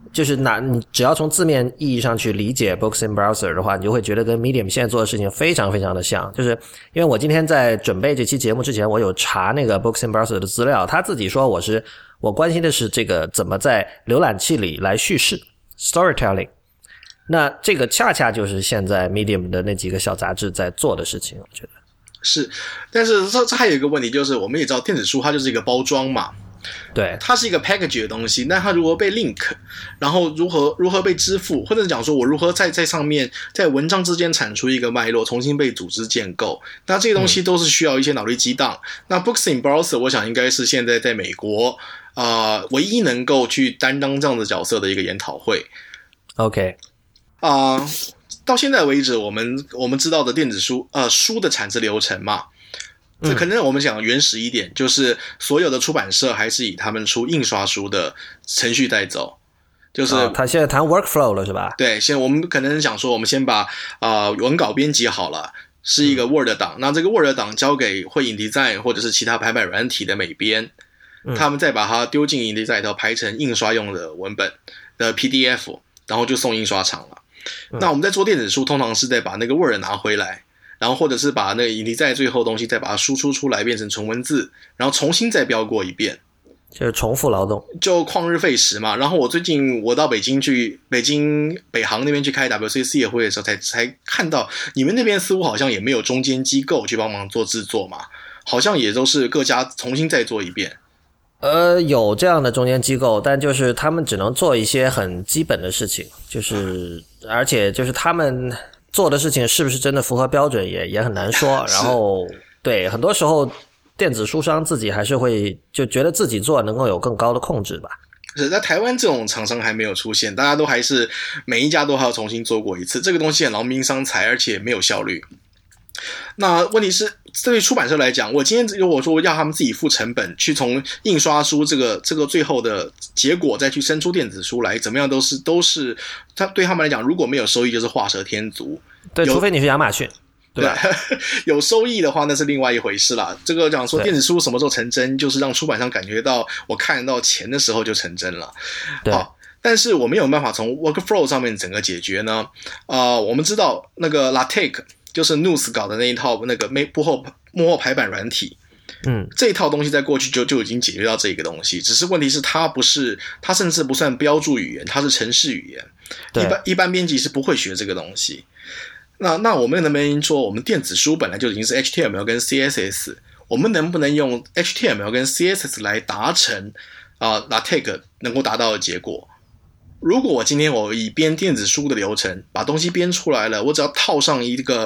就是你只要从字面意义上去理解 Books in Browser 的话，你就会觉得跟 Medium 现在做的事情非常非常的像。就是因为我今天在准备这期节目之前，我有查那个 Books in Browser 的资料，他自己说我关心的是这个怎么在浏览器里来叙事 storytelling。那这个恰恰就是现在 Medium 的那几个小杂志在做的事情，我觉得是。但是这还有一个问题，就是我们也知道电子书它就是一个包装嘛。 对， 它是一个 package 的东西，那它如何被 link， 然后如何被支付，或者讲说我如何在上面在文章之间产出一个脉络，重新被组织建构，那这些东西都是需要一些脑力激荡。那 Books in Browser 我想应该是现在在美国唯一能够去担当这样的角色的一个研讨会。 OK 到现在为止我们知道的电子书书的产制流程嘛，这可能我们讲原始一点，就是所有的出版社还是以他们出印刷书的程序在走，就是他现在谈 workflow 了是吧？ 对，现在我们可能想说，我们先把文稿编辑好了，是一个 Word 档，那这个 Word 档交给会InDesign 或者是其他排版软体的美编，他们再把它丢进InDesign 里头排成印刷用的文本的 PDF， 然后就送印刷厂了。那我们在做电子书，通常是在把那个 Word 拿回来，然后或者是把那个InDesign最后的东西再把它输出出来变成纯文字，然后重新再标过一遍， 就是重复劳动， 就旷日费时嘛。然后最近我到北京北航那边去开 WCC 的会的时候，才看到你们那边似乎好像也没有中间机构去帮忙做制作嘛，好像也都是各家重新再做一遍。 有这样的中间机构，但就是他们只能做一些很基本的事情，就是而且就是他们做的事情是不是真的符合标准也很难说。然后对，很多时候电子书商自己还是会就觉得自己做能够有更高的控制吧。 是在台湾这种厂商还没有出现，大家都还是每一家都还要重新做过一次，这个东西很劳民伤财，而且没有效率。那问题是对出版社来讲，我今天如果说要他们自己付成本去从印刷书这个最后的结果再去生出电子书来，怎么样都是他对他们来讲，如果没有收益就是画蛇添足。 对，除非你是亚马逊，对吧？ 有收益的话那是另外一回事啦。这个讲说电子书什么时候成真，就是让出版商感觉到我看得到钱的时候就成真了。 对。 好，但是我没有办法从 workflow 上面整个解决呢。我们知道那个 LaTeX 就是 News 搞的那一套那个幕后排版软体，这一套东西在过去就已经解决到这个东西，只是问题是它甚至不算标注语言，它是程式语言，一般编辑是不会学这个东西。那我们能不能说，我们电子书本来就已经是 HTML 跟 CSS， 我们能不能用 HTML 跟 CSS 来达成LaTeX 能够达到的结果？如果我今天以编电子书的流程把东西编出来了，我只要套上一套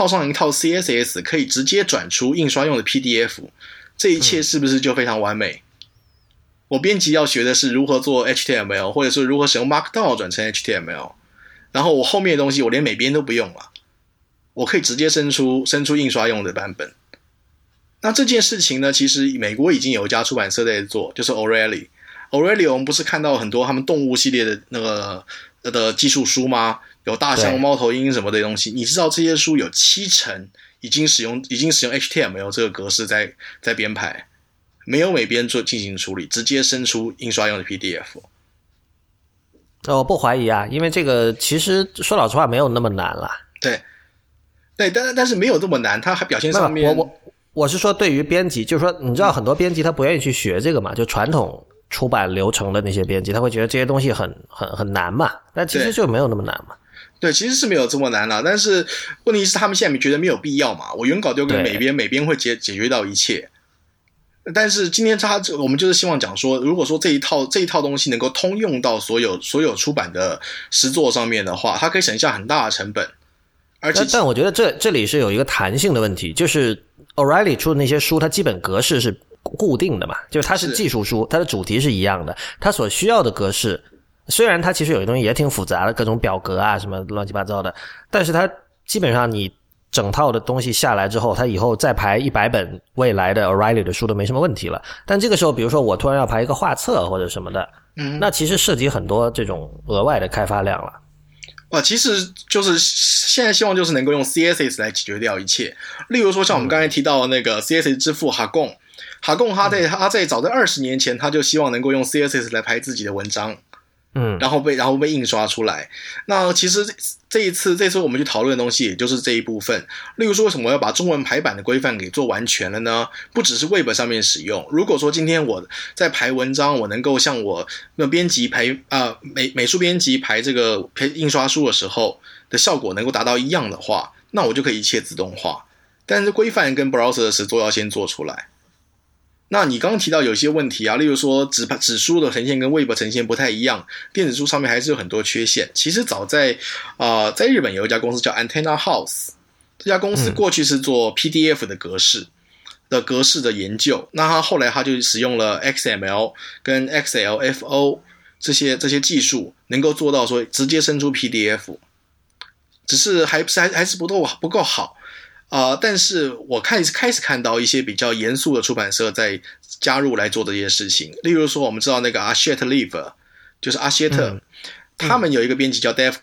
CSS， 可以直接转出印刷用的 PDF， 这一切是不是就非常完美？我编辑要学的是如何做 HTML， 或者是如何使用 Markdown 转成 HTML， 然后我后面的东西我连美编都不用了，我可以直接生出印刷用的版本。那这件事情呢，其实美国已经有一家出版社在做，就是 O'Reilly 我们不是看到很多他们动物系列的那个的技术书吗？有大象、猫头鹰什么的东西，你知道这些书有70%已经使用 HTML 这个格式在编排，没有美编进行处理，直接生出印刷用的 PDF。 我不怀疑啊，因为这个其实说老实话没有那么难啦。 对，但是没有这么难，它还表现上面。 我是说对于编辑，就是说你知道很多编辑他不愿意去学这个嘛，就传统出版流程的那些编辑，他会觉得这些东西很难嘛，但其实就没有那么难嘛。 对，其实是没有这么难啦，但是问题是他们现在觉得没有必要嘛。我原稿丢给美编会解决到一切。但是今天我们就是希望讲说，如果说这一套东西能够通用到所有出版的实作上面的话，它可以省下很大的成本。而且但我觉得这里是有一个弹性的问题，就是 O'Reilly 出的那些书，它基本格式是固定的嘛，就是它是技术书，它的主题是一样的，它所需要的格式虽然它其实有些东西也挺复杂的，各种表格啊什么乱七八糟的，但是它基本上你整套的东西下来之后，它以后再排100本未来的 O'Reilly 的书都没什么问题了。但这个时候比如说我突然要排一个画册或者什么的，那其实涉及很多这种额外的开发量了。 其实就是现在希望就是能够用 CSS 来解决掉一切。例如说像我们刚才提到的那个 CSS 之父哈贡他在早在20年前他就希望能够用 CSS 来排自己的文章， 然后被印刷出来。那其实这次我们去讨论的东西，也就是这一部分。例如说，为什么要把中文排版的规范给做完全了呢？不只是 Web 上面使用。如果说今天我在排文章，我能够像我编辑排美术编辑排这个印刷书的时候的效果能够达到一样的话，那我就可以一切自动化。但是规范跟 browser 的实作要先做出来。那你刚刚提到有些问题啊，例如说纸书的呈现跟 Web 呈现不太一样，电子书上面还是有很多缺陷。其实早在日本有一家公司叫 Antenna House， 这家公司过去是做 PDF 的格式的研究，那后来他就使用了 XML 跟 XLFO 这些技术，能够做到说直接生出 PDF， 只是还是不够好。但是我开始看到一些比较严肃的出版社在加入来做这件事情。例如说，我们知道那个 Hachette Livre， 就是阿谢特，他们有一个编辑叫 Dave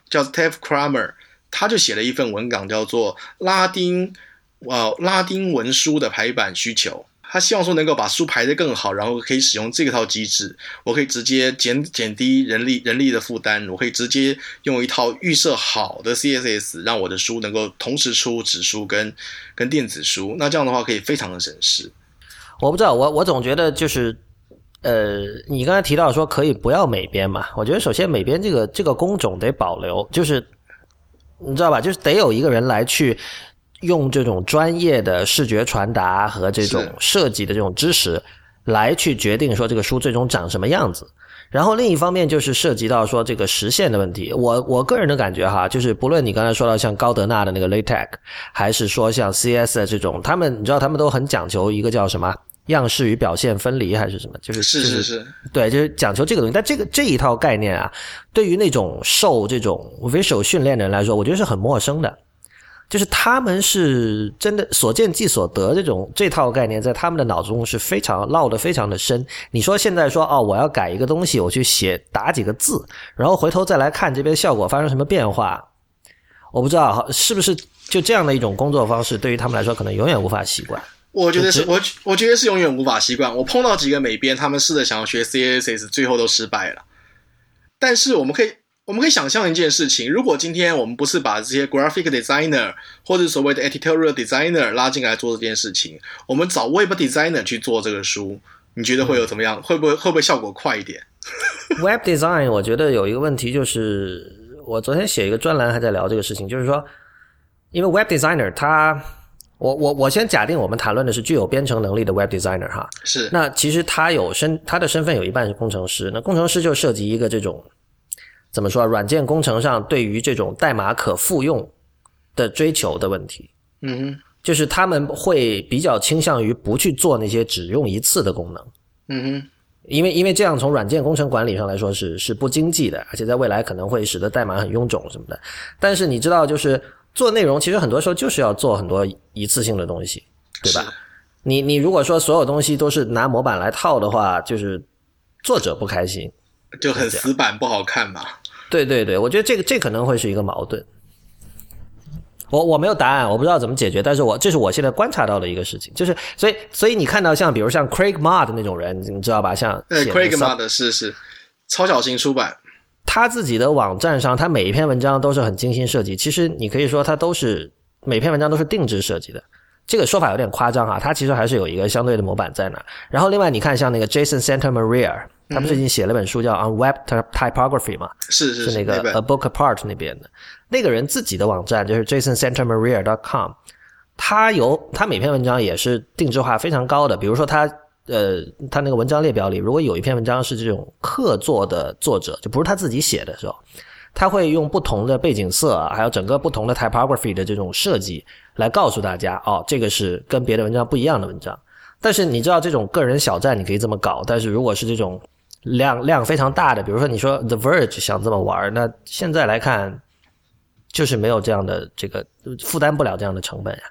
Kramer， 他就写了一份文稿叫做拉丁文书的排版需求。他希望说能够把书排得更好，然后可以使用这套机制，我可以直接减低人力的负担，我可以直接用一套预设好的 CSS， 让我的书能够同时出纸书跟电子书，那这样的话可以非常的省事。 我不知道，我总觉得就是你刚才提到说可以不要美编嘛，我觉得首先美编这个工种得保留，就是你知道吧，就是得有一个人来去用这种专业的视觉传达和这种设计的这种知识来去决定说这个书最终长什么样子。然后另一方面就是涉及到说这个实现的问题。我个人的感觉哈，就是不论你刚才说到像高德纳的那个 LaTeX， 还是说像 CS 的这种，你知道他们都很讲求一个叫什么样式与表现分离还是什么，就是对，就是讲求这个东西。但这一套概念啊，对于那种受这种 visual 训练的人来说，我觉得是很陌生的。就是他们是真的所见即所得，这套概念在他们的脑中是非常烙得非常的深。你说现在说我要改一个东西，我去打几个字，然后回头再来看这边效果发生什么变化，我不知道是不是就这样的一种工作方式对于他们来说可能永远无法习惯。 我觉得是永远无法习惯。我碰到几个美编，他们试着想要学 CSS， 最后都失败了。但是我们可以想象一件事情，如果今天我们不是把这些 graphic designer 或者所谓的 editorial designer 拉进来做这件事情，我们找 web designer 去做这个书，你觉得会有怎么样？会不会效果快一点？ Web design 我觉得有一个问题，就是我昨天写一个专栏还在聊这个事情，就是说因为 web designer 我先假定我们谈论的是具有编程能力的 web designer 哈， 是。 那其实他的身份有一半是工程师，那工程师就涉及一个这种怎么说软件工程上对于这种代码可复用的追求的问题。就是他们会比较倾向于不去做那些只用一次的功能。因为这样从软件工程管理上来说是不经济的，而且在未来可能会使得代码很臃肿什么的。但是你知道，就是做内容其实很多时候就是要做很多一次性的东西，对吧？你如果说所有东西都是拿模板来套的话，就是作者不开心， 就很死板不好看嘛。 对对对，我觉得这可能会是一个矛盾。我没有答案，我不知道怎么解决，但是这是我现在观察到的一个事情，就是所以你看到比如像 Craig Mod 那种人，你知道吧？像 Craig Mod 是超小型出版， 他自己的网站上，他每一篇文章都是很精心设计。其实你可以说他每篇文章都是定制设计的。这个说法有点夸张啊，他其实还是有一个相对的模板在那。然后另外你看像那个 Jason Santamaria， 他们最近写了本书叫 On Web Typography 嘛，是那个 A Book Apart 那边的。那个人自己的网站就是 jasonsantamaria.com， 他每篇文章也是定制化非常高的。比如说他那个文章列表里，如果有一篇文章是这种客座的作者，就不是他自己写的时候，他会用不同的背景色还有整个不同的 typography 的这种设计来告诉大家，这个是跟别的文章不一样的文章。但是你知道这种个人小站你可以这么搞，但是如果是这种量非常大的，比如说你说 The Verge 想这么玩，那现在来看就是没有这样的这个负担不了这样的成本呀。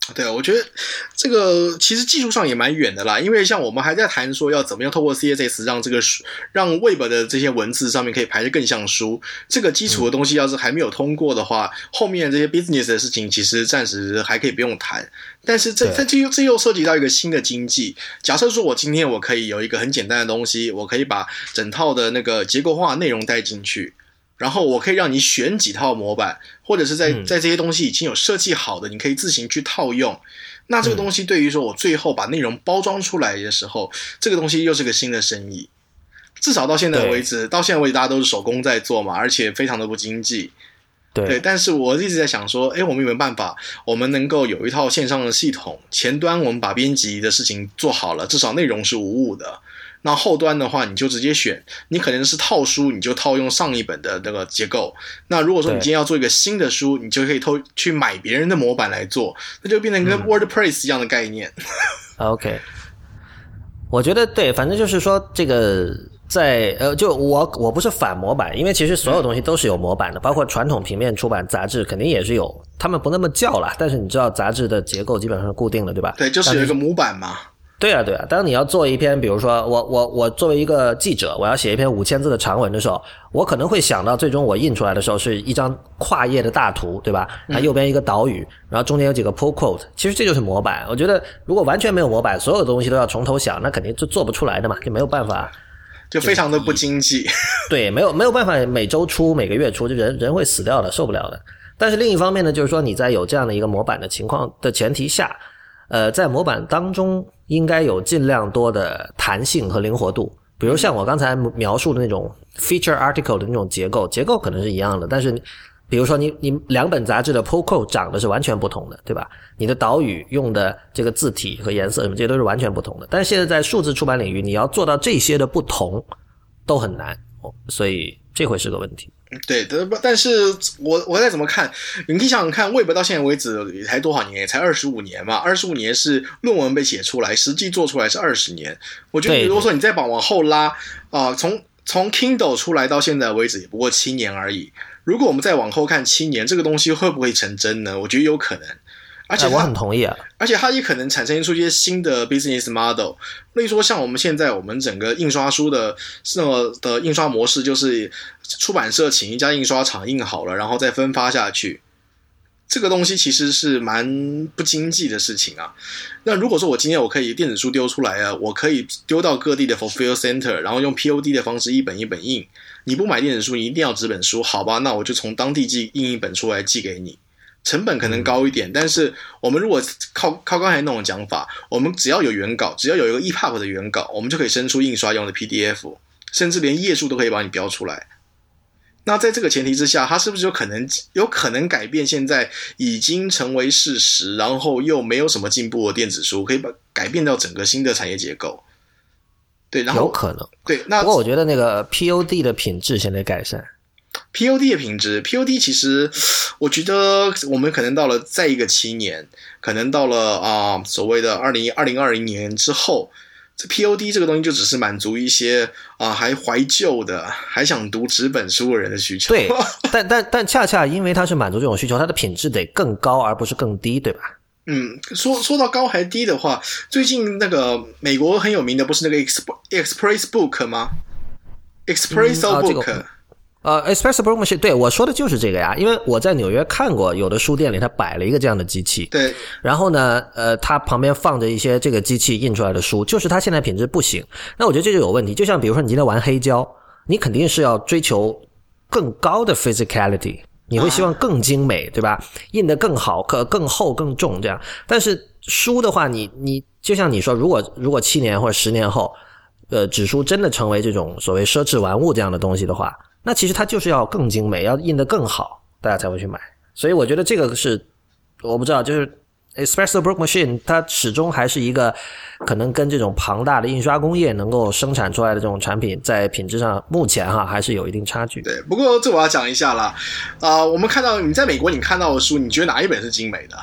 对，我觉得这个其实技术上也蛮远的啦，因为像我们还在谈说要怎么样透过 CSS 让这个让 Web 的这些文字上面可以排得更像书，这个基础的东西要是还没有通过的话，后面这些 business 的事情其实暂时还可以不用谈。但是这又涉及到一个新的经济。假设说我今天我可以有一个很简单的东西，我可以把整套的那个结构化内容带进去。然后我可以让你选几套模板，或者是在这些东西已经有设计好的，你可以自行去套用。那这个东西对于说我最后把内容包装出来的时候，这个东西又是个新的生意。至少到现在为止，大家都是手工在做嘛，而且非常的不经济。对，但是我一直在想说，我们有没有办法，我们能够有一套线上的系统，前端我们把编辑的事情做好了，至少内容是无误的。那后端的话，你就直接选，你可能是套书，你就套用上一本的那个结构。那如果说你今天要做一个新的书，你就可以去买别人的模板来做，那就变成跟 WordPress 一样的概念。 OK， 我觉得对，反正就是说这个就我不是反模板，因为其实所有东西都是有模板的，包括传统平面出版杂志肯定也是有，他们不那么叫啦，但是你知道杂志的结构基本上是固定的，对吧？ 对，就是有一个模板嘛。 对啊，当你要做一篇，比如说我作为一个记者，我要写一篇5000字的长文的时候，我可能会想到最终我印出来的时候是一张跨页的大图，对吧？它右边一个岛屿，然后中间有几个 pull quote， 其实这就是模板。我觉得如果完全没有模板，所有东西都要从头想，那肯定就做不出来的嘛，就没有办法， 就非常的不经济。 对，没有办法每周出每个月出，就人会死掉的，受不了的。但是另一方面呢，就是说你在有这样的一个模板的情况的前提下，在模板当中应该有尽量多的弹性和灵活度，比如像我刚才描述的那种 feature article 的那种结构可能是一样的，但是比如说你两本杂志的 pull quote 长得是完全不同的，对吧？你的岛屿用的这个字体和颜色什么这些都是完全不同的，但是现在在数字出版领域，你要做到这些的不同都很难，所以这会是个问题。 对，但是我再怎么看，你可以想想看 ，Web 到现在为止也才多少年？也才25年嘛，25年是论文被写出来，实际做出来是20年。我觉得如果说你再往后拉从 Kindle 出来到现在为止也不过7年而已。如果我们再往后看7年，这个东西会不会成真呢？我觉得有可能。而且我很同意啊，而且它也可能产生出一些新的 business model， 例如说像我们现在我们整个印刷书的印刷模式，就是出版社请一家印刷厂印好了，然后再分发下去。这个东西其实是蛮不经济的事情啊。那如果说我今天我可以电子书丢出来啊，我可以丢到各地的 fulfill center， 然后用 POD 的方式一本一本印。你不买电子书，你一定要纸本书，好吧？那我就从当地印一本出来寄给你。成本可能高一点，但是我们如果靠刚才那种讲法，我们只要有原稿，只要有一个 EPUB 的原稿，我们就可以生出印刷用的 PDF， 甚至连页数都可以帮你标出来。那在这个前提之下，它是不是有可能改变现在已经成为事实，然后又没有什么进步的电子书，可以改变到整个新的产业结构？对，然后有可能。 对，那不过我觉得那个 POD 的品质现在改善。 POD 的品质 ，POD 其实我觉得我们可能到了再一个7年，可能到了所谓的2020年之后，这 POD 这个东西就只是满足一些还怀旧的、还想读纸本书的人的需求。 对，但恰恰因为它是满足这种需求，它的品质得更高而不是更低，对吧？ 说到高还低的话，最近那个美国很有名的不是那个 Express Book 吗？Espresso Book。Espresso Book Machine， 对，我说的就是这个呀，因为我在纽约看过，有的书店里它摆了一个这样的机器， 对， 然后呢，它旁边放着一些这个机器印出来的书，就是它现在品质不行，那我觉得这就有问题。就像比如说你今天玩黑胶，你肯定是要追求更高的 physicality， 你会希望更精美，对吧？印得更好，更厚更重这样。但是书的话，你就像你说，如果7年或者10年后，纸书真的成为这种所谓奢侈玩物这样的东西的话，那其实它就是要更精美，要印得更好，大家才会去买。所以我觉得这个是我不知道，就是 Espresso Book Machine 它始终还是一个可能跟这种庞大的印刷工业能够生产出来的这种产品，在品质上目前还是有一定差距。 对，不过这我要讲一下啦。我们看到你在美国你看到的书，你觉得哪一本是精美的？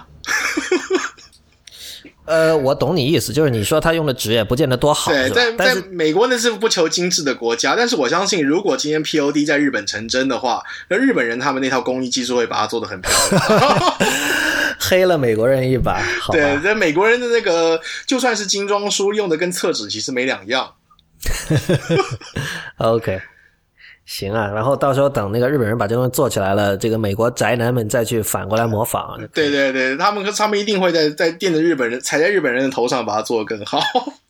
我懂你意思，就是你说他用的纸也不见得多好。 对，在美国那是不求精致的国家，但是我相信，如果今天 POD 在日本成真的话，那日本人他们那套工艺技术会把它做得很漂亮。 黑了美国人一把，好吧？ 对，这美国人的那个就算是精装书用的跟厕纸其实没两样。 OK， 行啊，然后到时候等那个日本人把这东西做起来了，这个美国宅男们再去反过来模仿。 对对对，他们一定会在垫着日本人，踩在日本人的头上把它做得更好。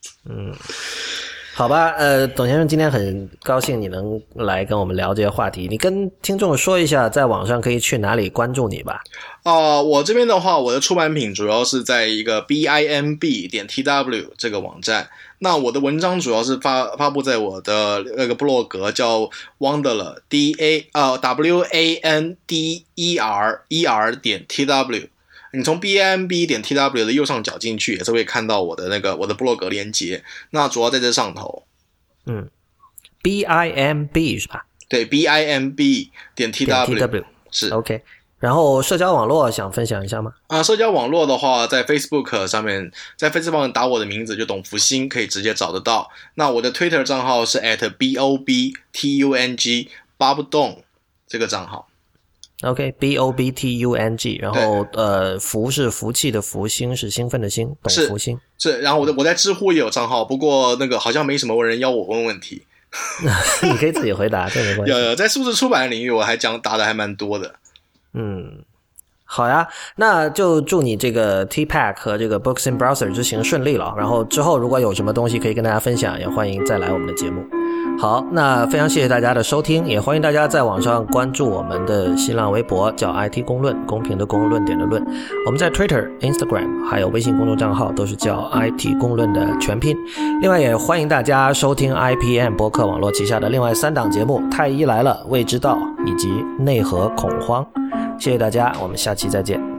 好吧，董先生，今天很高兴你能来跟我们聊这些话题。你跟听众说一下，在网上可以去哪里关注你吧。 我这边的话，我的出版品主要是在一个 bimb.tw 这个网站。那我的文章主要是发布在我的那个部落格叫 Wanderer WANDER.tw。你从 bimb.tw 的右上角进去，也是会看到我的部落格连结。那主要在这上头。 bimb 是吧？ 对 bimb.tw 是 OK。然后社交网络想分享一下吗？ 社交网络的话，在 Facebook 上面，在 Facebook 上打我的名字就董福兴，可以直接找得到。那我的 Twitter 账号是 @bobtung Bobdong 这个账号。 OK， BOBTUNG， 然后福是福气的福，兴是兴奋的兴，董福兴是。然后我在知乎也有账号，不过那个好像没什么人要我问问题。 你可以自己回答，这没关系。 有在数字出版领域，我还答的还蛮多的。 好呀，那就祝你这个 TPAC 和这个 Books in Browser 之行顺利了。然后之后如果有什么东西可以跟大家分享，也欢迎再来我们的节目。好，那非常谢谢大家的收听，也欢迎大家在网上关注我们的新浪微博，叫 IT 公论，公平的公，论点的论。我们在 Twitter、Instagram 还有微信公众账号都是叫 IT 公论的全拼。另外也欢迎大家收听 IPM 播客网络旗下的另外3档节目，太医来了、未知道以及内核恐慌。谢谢大家，我们下期再见。